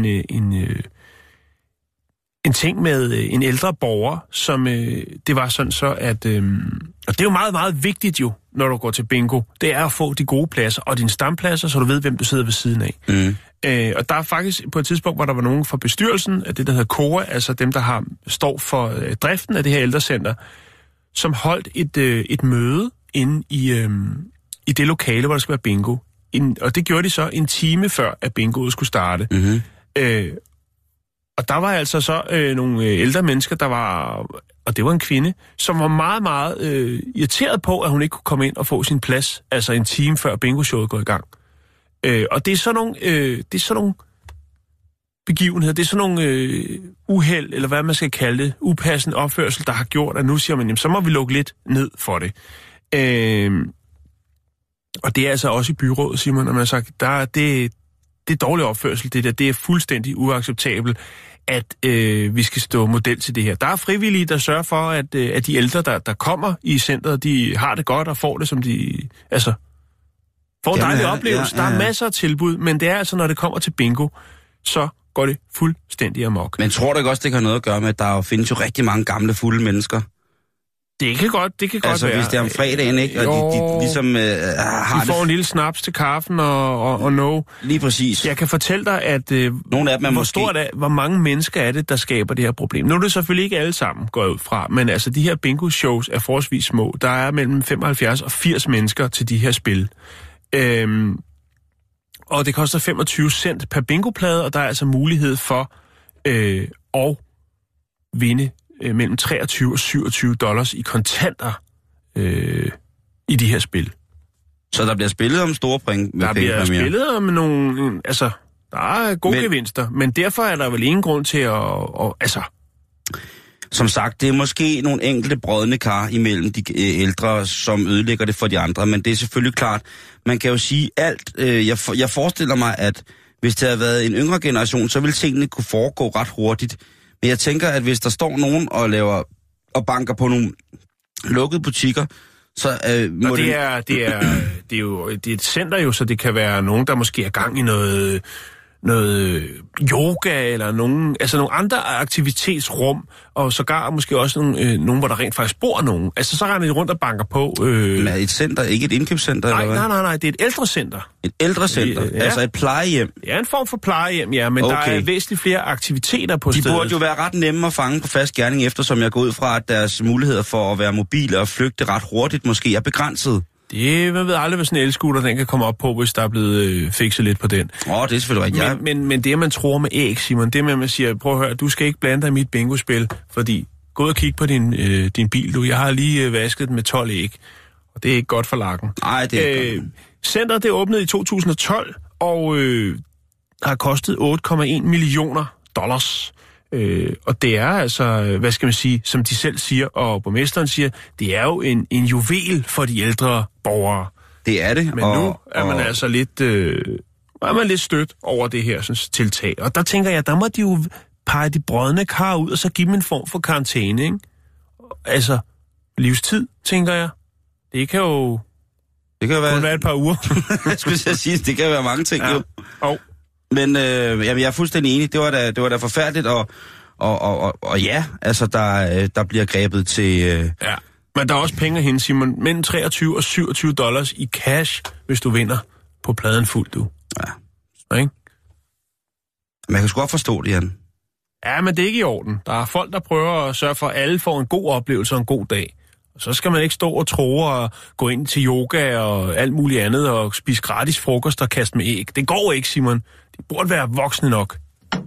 en ting med en ældre borger, som det var sådan så, at... og det er jo meget, meget vigtigt jo, når du går til bingo. Det er at få de gode pladser og dine stampladser, så du ved, hvem du sidder ved siden af. Og der er faktisk på et tidspunkt, hvor der var nogen fra bestyrelsen af det, der hedder KOA, altså dem, der står for driften af det her ældrecenter, som holdt et møde inde i det lokale, hvor der skal være bingo. Og det gjorde de så en time før, at bingoet skulle starte. Og der var altså så nogle ældre mennesker, der var, og det var en kvinde, som var meget, meget irriteret på, at hun ikke kunne komme ind og få sin plads, altså en time før bingo-showet går i gang. Og det er sådan nogle begivenheder, det er sådan nogle uheld, eller hvad man skal kalde det, upassende opførsel, der har gjort, at nu siger man, jamen, så må vi lukke lidt ned for det. Og det er altså også i byrådet, Simon, når man har sagt, det er dårlig opførsel, det er fuldstændig uacceptabelt, at vi skal stå model til det her. Der er frivillige, der sørger for, at de ældre, der kommer i centret, de har det godt og får det, som de... Altså, får en dejlig oplevelse. Ja. Der er masser af tilbud, men det er altså, når det kommer til bingo, så går det fuldstændig amok. Men tror du ikke også, det har noget at gøre med, at der findes jo rigtig mange gamle, fulde mennesker? Det kan godt være. Altså, hvis det er om fredagen, ikke? Og de ligesom har de får en lille snaps til kaffen og no. Lige præcis. Jeg kan fortælle dig, at nogle af dem hvor mange mennesker er det, der skaber det her problem. Nu er det selvfølgelig ikke alle sammen gået ud fra, men altså, de her bingo-shows er forholdsvis små. Der er mellem 75 og 80 mennesker til de her spil. Og det koster 25 cent per bingoplade, og der er altså mulighed for at vinde mellem 23 og 27 dollars i kontanter i de her spil. Så der bliver spillet om store penge? Der bliver spillet om nogle... Altså, der er gode gevinster, men derfor er der vel ingen grund til at Som sagt, det er måske nogle enkelte brodne kar imellem de ældre, som ødelægger det for de andre, men det er selvfølgelig klart, man kan jo sige alt. Jeg forestiller mig, at hvis det havde været en yngre generation, så ville tingene kunne foregå ret hurtigt. Men jeg tænker, at hvis der står nogen og banker på nogle lukkede butikker, så må det er jo et center jo, så det kan være nogen, der måske er gang i noget yoga eller nogle andre aktivitetsrum, og sågar måske også nogen, hvor der rent faktisk bor nogen. Altså, så render de rundt og banker på. Men er et center ikke et indkøbscenter? Nej, det er et ældrecenter. Et ældrecenter? Ja. Altså et plejehjem? Ja, en form for plejehjem, ja, men okay. Der er væsentligt flere aktiviteter på stedet. De burde jo være ret nemme at fange på fast gerning, eftersom jeg går ud fra, at deres muligheder for at være mobile og flygte ret hurtigt måske er begrænset. Man ved aldrig, hvad sådan en elskuter den kan komme op på, hvis der er blevet fikset lidt på den. Det er selvfølgelig rigtigt. Men det, man tror med æg, Simon, det med, at man siger, prøv at høre, du skal ikke blande dig i mit bingospil, fordi gå ud og kig på din bil, du. Jeg har lige vasket den med 12 æg, og det er ikke godt for lakken. Nej, det er godt. Centeret, det åbnede i 2012, og har kostet 8,1 millioner dollars. Og det er altså, hvad skal man sige, som de selv siger, og borgmesteren siger, det er jo en juvel for de ældre borgere. Det er det. Men nu er man altså lidt stødt over det her sådan, tiltag. Og der tænker jeg, der må de jo pege de brodne kar ud, og så give dem en form for karantæne, ikke? Altså, livstid, tænker jeg. Det kan jo kun være et par uger. Jeg skulle sige, det kan være mange ting, jo. Men jeg er fuldstændig enig. Det var da forfærdeligt, og ja, altså der bliver grebet til... Ja, men der er også penge at hente, Simon. Mellem 23 og 27 dollars i cash, hvis du vinder på pladen fuldt, du. Ja. Ikke? Man kan sgu godt forstå det, Jan. Ja, men det er ikke i orden. Der er folk, der prøver at sørge for, at alle får en god oplevelse og en god dag. Og så skal man ikke stå og tro og gå ind til yoga og alt muligt andet og spise gratis frokost og kaste med æg. Det går ikke, Simon. De burde være voksne nok.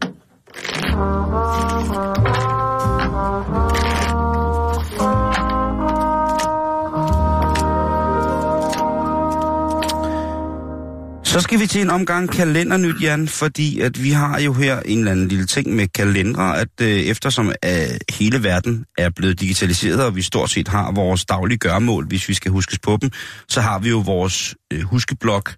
Så skal vi til en omgang kalendernyt, Jan, fordi at vi har jo her en eller anden lille ting med kalendere, at eftersom hele verden er blevet digitaliseret, og vi stort set har vores daglige gøremål, hvis vi skal huskes på dem, så har vi jo vores huskeblok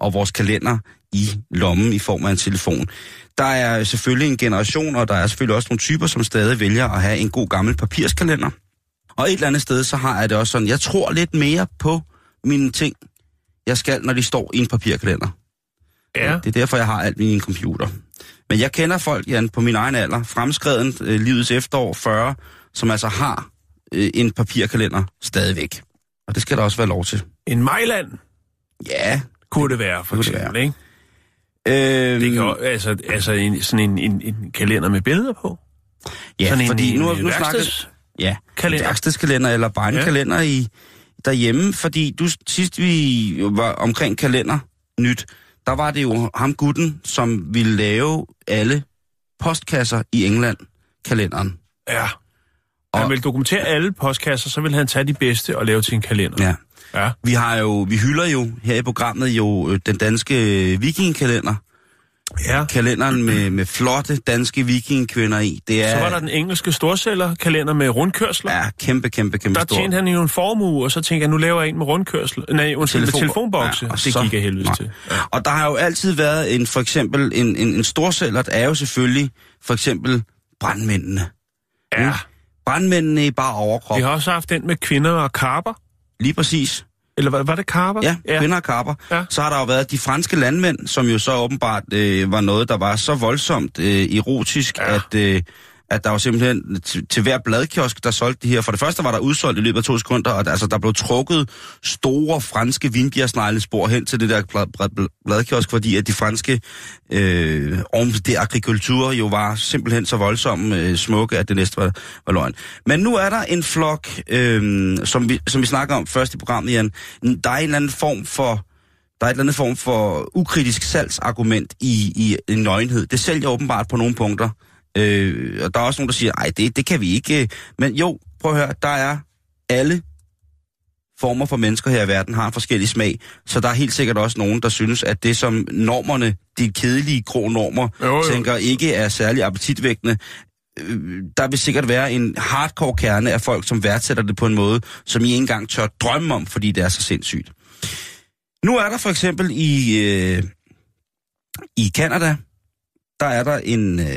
og vores kalender i lommen i form af en telefon. Der er selvfølgelig en generation, og der er selvfølgelig også nogle typer, som stadig vælger at have en god gammel papirskalender. Og et eller andet sted, så har jeg det også sådan, jeg tror lidt mere på mine ting, jeg skal, når de står i en papirkalender. Ja. Det er derfor, jeg har alt i en computer. Men jeg kender folk, Jan, på min egen alder, fremskreden livets efterår 40, som altså har en papirkalender stadigvæk. Og det skal der også være lov til. En Mejland? Ja. Kunne det være, for eksempel, ikke? Det kan sådan en kalender med billeder på? Ja, sådan fordi nu snakker ja, værkstedskalender eller bare en kalender derhjemme, fordi sidst vi var omkring kalender nyt, der var det jo ham gutten, som ville lave alle postkasser i England, kalenderen. Ja. Han vil dokumentere alle postkasser, så vil han tage de bedste og lave til en kalender. Ja. Vi hylder jo her i programmet den danske vikingkalender. Ja. Kalenderen med flotte danske vikingkvinder i. Så var der den engelske storsælgerkalender med rundkørsler. Ja, kæmpe der stor. tjente han jo en formue, og så tænkte jeg, nu laver jeg en med rundkørsel. Med telefonbokse. Ja, det gik jeg helvede til. Ja. Og der har jo altid været for eksempel en storsælger, der er jo selvfølgelig for eksempel brandmændene. Ja. Brandmændene i bare overkrop. Vi har også haft den med kvinder og karper. Lige præcis. Eller var det karper? Ja, kvinder og karper. Ja. Så har der jo været de franske landmænd, som jo så åbenbart var noget, der var så voldsomt erotisk, at der var simpelthen til hver bladkiosk, der solgte de her. For det første var der udsolgt i løbet af 2 sekunder, og altså, der blev trukket store franske vinbjergsneglespor hen til det der bladkiosk, fordi at de franske det agrikultur jo var simpelthen så voldsomt smukke, at det næste var løgn. Men nu er der en flok, som vi snakker om først i programmet, Jan. Der er en eller anden form for ukritisk salgsargument i en nøgenhed. Det sælger åbenbart på nogle punkter. Og der er også nogen, der siger, ej, det kan vi ikke. Men jo, prøv at høre, der er alle former for mennesker her i verden har en forskellig smag. Så der er helt sikkert også nogen, der synes, at det som normerne, de kedelige grå normer, tænker ikke er særlig appetitvækkende. Der vil sikkert være en hardcore kerne af folk, som værdsætter det på en måde, som I ikke engang tør drømme om, fordi det er så sindssygt. Nu er der for eksempel i Canada, der er der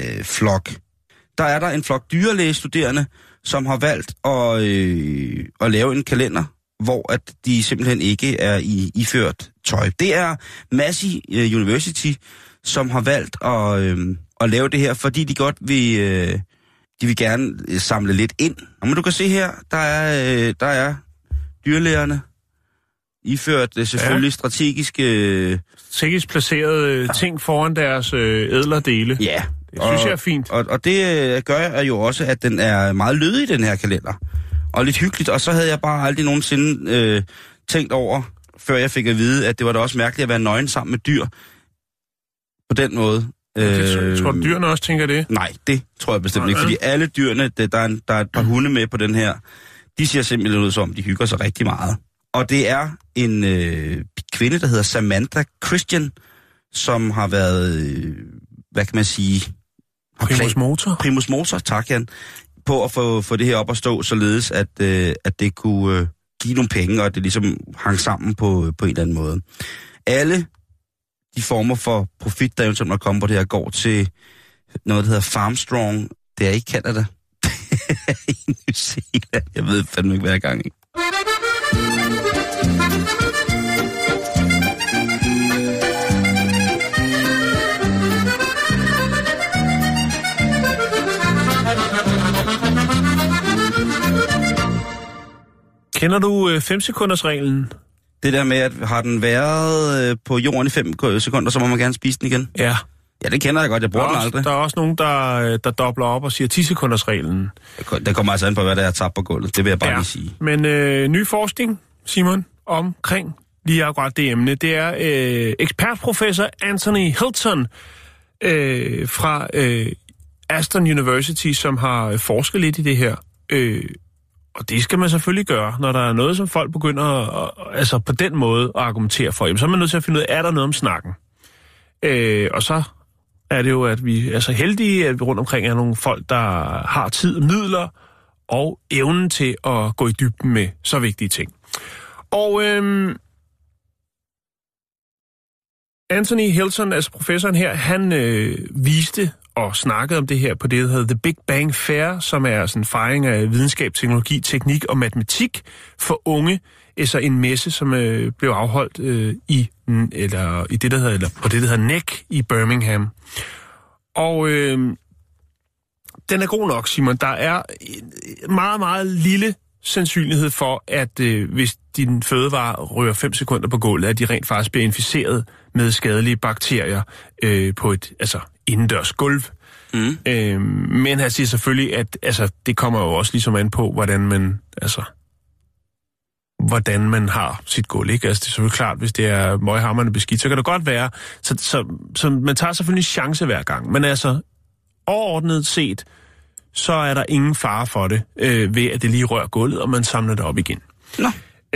en flok dyrlægestuderende, som har valgt at lave en kalender, hvor at de simpelthen ikke er iført tøj. Det er Massey University, som har valgt at lave det her, fordi de godt vil gerne samle lidt ind. Og men du kan se her, der er dyrlægerne iført selvfølgelig strategisk placerede ting foran deres ædler dele. Ja. Det synes jeg er fint. Og det gør jo også, at den er meget lødig, den her kalender. Og lidt hyggeligt. Og så havde jeg bare aldrig nogensinde tænkt over, før jeg fik at vide, at det var da også mærkeligt at være nøgen sammen med dyr. På den måde. Tror du, dyrene også tænker det? Nej, det tror jeg bestemt ikke. Fordi alle dyrene, der er et par hunde med på den her, de ser simpelthen ud som, de hygger sig rigtig meget. Og det er en kvinde, der hedder Samantha Christian, som har været, hvad kan man sige... Primus motor, tak Jan, på at få det her op at stå, således at det kunne give nogle penge, og at det ligesom hang sammen på en eller anden måde. Alle de former for profit, der eventuelt måtte komme på det her, går til noget, der hedder Farmstrong. Det er ikke Canada. Det er i New Zealand. Jeg ved fandme ikke, hvad jeg er gang i. Kender du 5-sekunders-reglen? Det der med, at har den været på jorden i 5 sekunder, så må man gerne spise den igen? Ja. Ja, det kender jeg godt. Jeg bruger den aldrig. Der er også nogen, der dobler op og siger 10-sekunders-reglen. Det kommer altså an på, hvad der er tabt på gulvet. Det vil jeg bare lige sige. Men ny forskning, Simon, omkring lige akkurat det emne, det er ekspertprofessor Anthony Hilton fra Aston University, som har forsket lidt i det her. Og det skal man selvfølgelig gøre, når der er noget, som folk begynder altså på den måde at argumentere for. Jamen, så er man nødt til at finde ud af, er der noget om snakken? Og så er det jo, at vi er så heldige, at vi rundt omkring er nogle folk, der har tid, midler og evnen til at gå i dybden med så vigtige ting. Og Anthony Hilton, altså professoren her, han viste og snakkede om det her på det, der hedder The Big Bang Fair, som er sådan en fejring af videnskab, teknologi, teknik og matematik for unge. Altså en messe, som blev afholdt på det, der hedder NEC i Birmingham. Og den er god nok, Simon. Der er en meget, meget lille sandsynlighed for, at hvis din fødevare rører 5 sekunder på gulvet, at de rent faktisk bliver inficeret med skadelige bakterier på et indendørs gulv. Men han siger selvfølgelig, at det kommer jo også ligesom an på, hvordan man har sit gulv, ikke? Altså, det er selvfølgelig klart, hvis det er møghamrende beskidt, så kan det godt være. Så man tager selvfølgelig en chance hver gang. Men overordnet set, så er der ingen fare for det, ved at det lige rører gulvet, og man samler det op igen. Nå.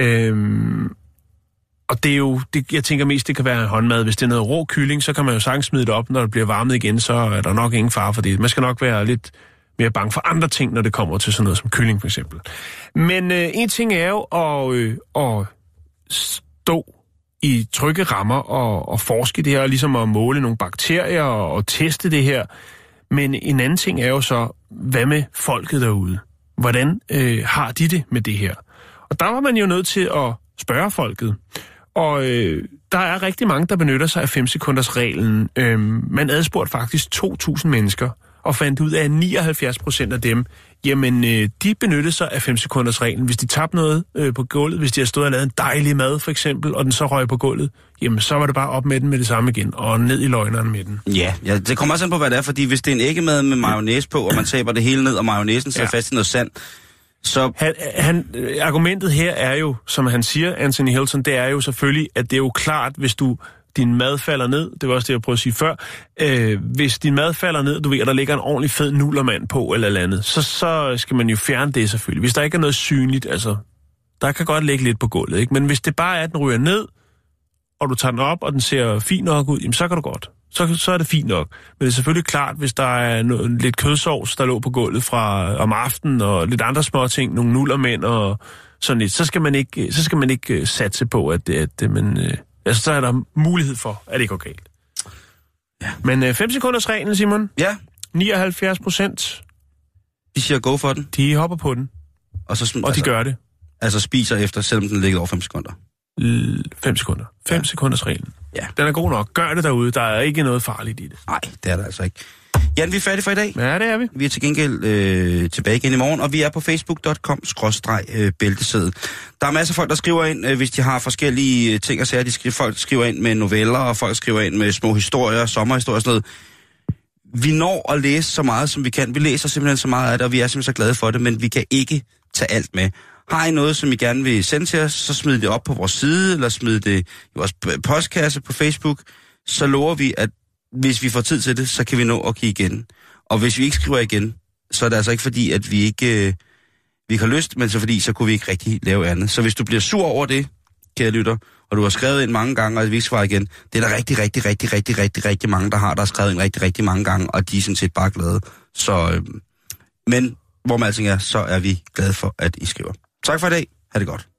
Og det er jo, jeg tænker mest, det kan være håndmad. Hvis det er noget rå kylling, så kan man jo sagtens smide det op, når det bliver varmet igen, så er der nok ingen fare for det. Man skal nok være lidt mere bange for andre ting, når det kommer til sådan noget som kylling, for eksempel. Men en ting er jo at stå i trygge rammer og forske det her, og ligesom at måle nogle bakterier og teste det her. Men en anden ting er jo så, hvad med folket derude? Hvordan har de det med det her? Og der var man jo nødt til at spørge folket. Og der er rigtig mange, der benytter sig af 5-sekunders-reglen. Man adspurgte faktisk 2.000 mennesker, og fandt ud af, at 79% af dem, jamen, de benyttede sig af 5-sekunders-reglen. Hvis de tabte noget på gulvet, hvis de har stået og lavet en dejlig mad, for eksempel, og den så røg på gulvet, jamen, så var det bare op med den med det samme igen, og ned i løgneren med den. Ja, det kommer også an på, hvad det er, fordi hvis det er en æggemad med mayonnaise på, og man taber det hele ned, og mayonnaisen sidder fast i noget sand, så... Argumentet her er jo, som han siger, Anthony Hilton, det er jo selvfølgelig, at det er jo klart, hvis din mad falder ned, det var også det, jeg prøvede at sige før, hvis din mad falder ned, du ved, at der ligger en ordentlig fed nullermand på, eller andet, så skal man jo fjerne det selvfølgelig. Hvis der ikke er noget synligt, der kan godt ligge lidt på gulvet, ikke? Men hvis det bare er, at den ryger ned, og du tager den op, og den ser fint nok ud, jamen så kan du godt. Så er det fint nok. Men det er selvfølgelig klart, hvis der er lidt kødsovs, der lå på gulvet fra om aftenen, og lidt andre små ting, nogle nullermænd og sådan lidt, så skal man ikke satse på, at man... så er der mulighed for, at det går galt. Ja. Men 5-sekunders-reglen, Simon? Ja. 79%. De siger go for den. De hopper på den. Og de gør det. Altså spiser efter, selvom den ligger over 5 sekunder. 5 sekunder. 5-sekunders-reglen. Ja. Den er god nok. Gør det derude. Der er ikke noget farligt i det. Nej, det er der altså ikke. Jan, vi er færdige for i dag. Ja, det er vi. Vi er til gengæld tilbage igen i morgen, og vi er på facebook.com/bæltestedet. Der er masser af folk, der skriver ind, hvis de har forskellige ting at sige. Folk skriver ind med noveller, og folk skriver ind med små historier, sommerhistorier og sådan noget. Vi når at læse så meget, som vi kan. Vi læser simpelthen så meget af det, og vi er simpelthen så glade for det, men vi kan ikke tage alt med. Har I noget, som I gerne vil sende til os, så smid det op på vores side, eller smid det i vores postkasse på Facebook. Så lover vi, at hvis vi får tid til det, så kan vi nå at kigge igen. Og hvis vi ikke skriver igen, så er det altså ikke fordi, at vi ikke har lyst, men så fordi, så kunne vi ikke rigtig lave andet. Så hvis du bliver sur over det, kære lytter, og du har skrevet ind mange gange, og vi ikke svarer igen, det er der rigtig mange, der har skrevet ind rigtig mange gange, og de er sådan set bare glade. Så, men hvor man alting er, så er vi glade for, at I skriver. Tak for i dag. Ha' det godt.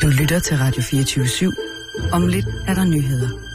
Du lytter til Radio 24/7. Om lidt er der nyheder.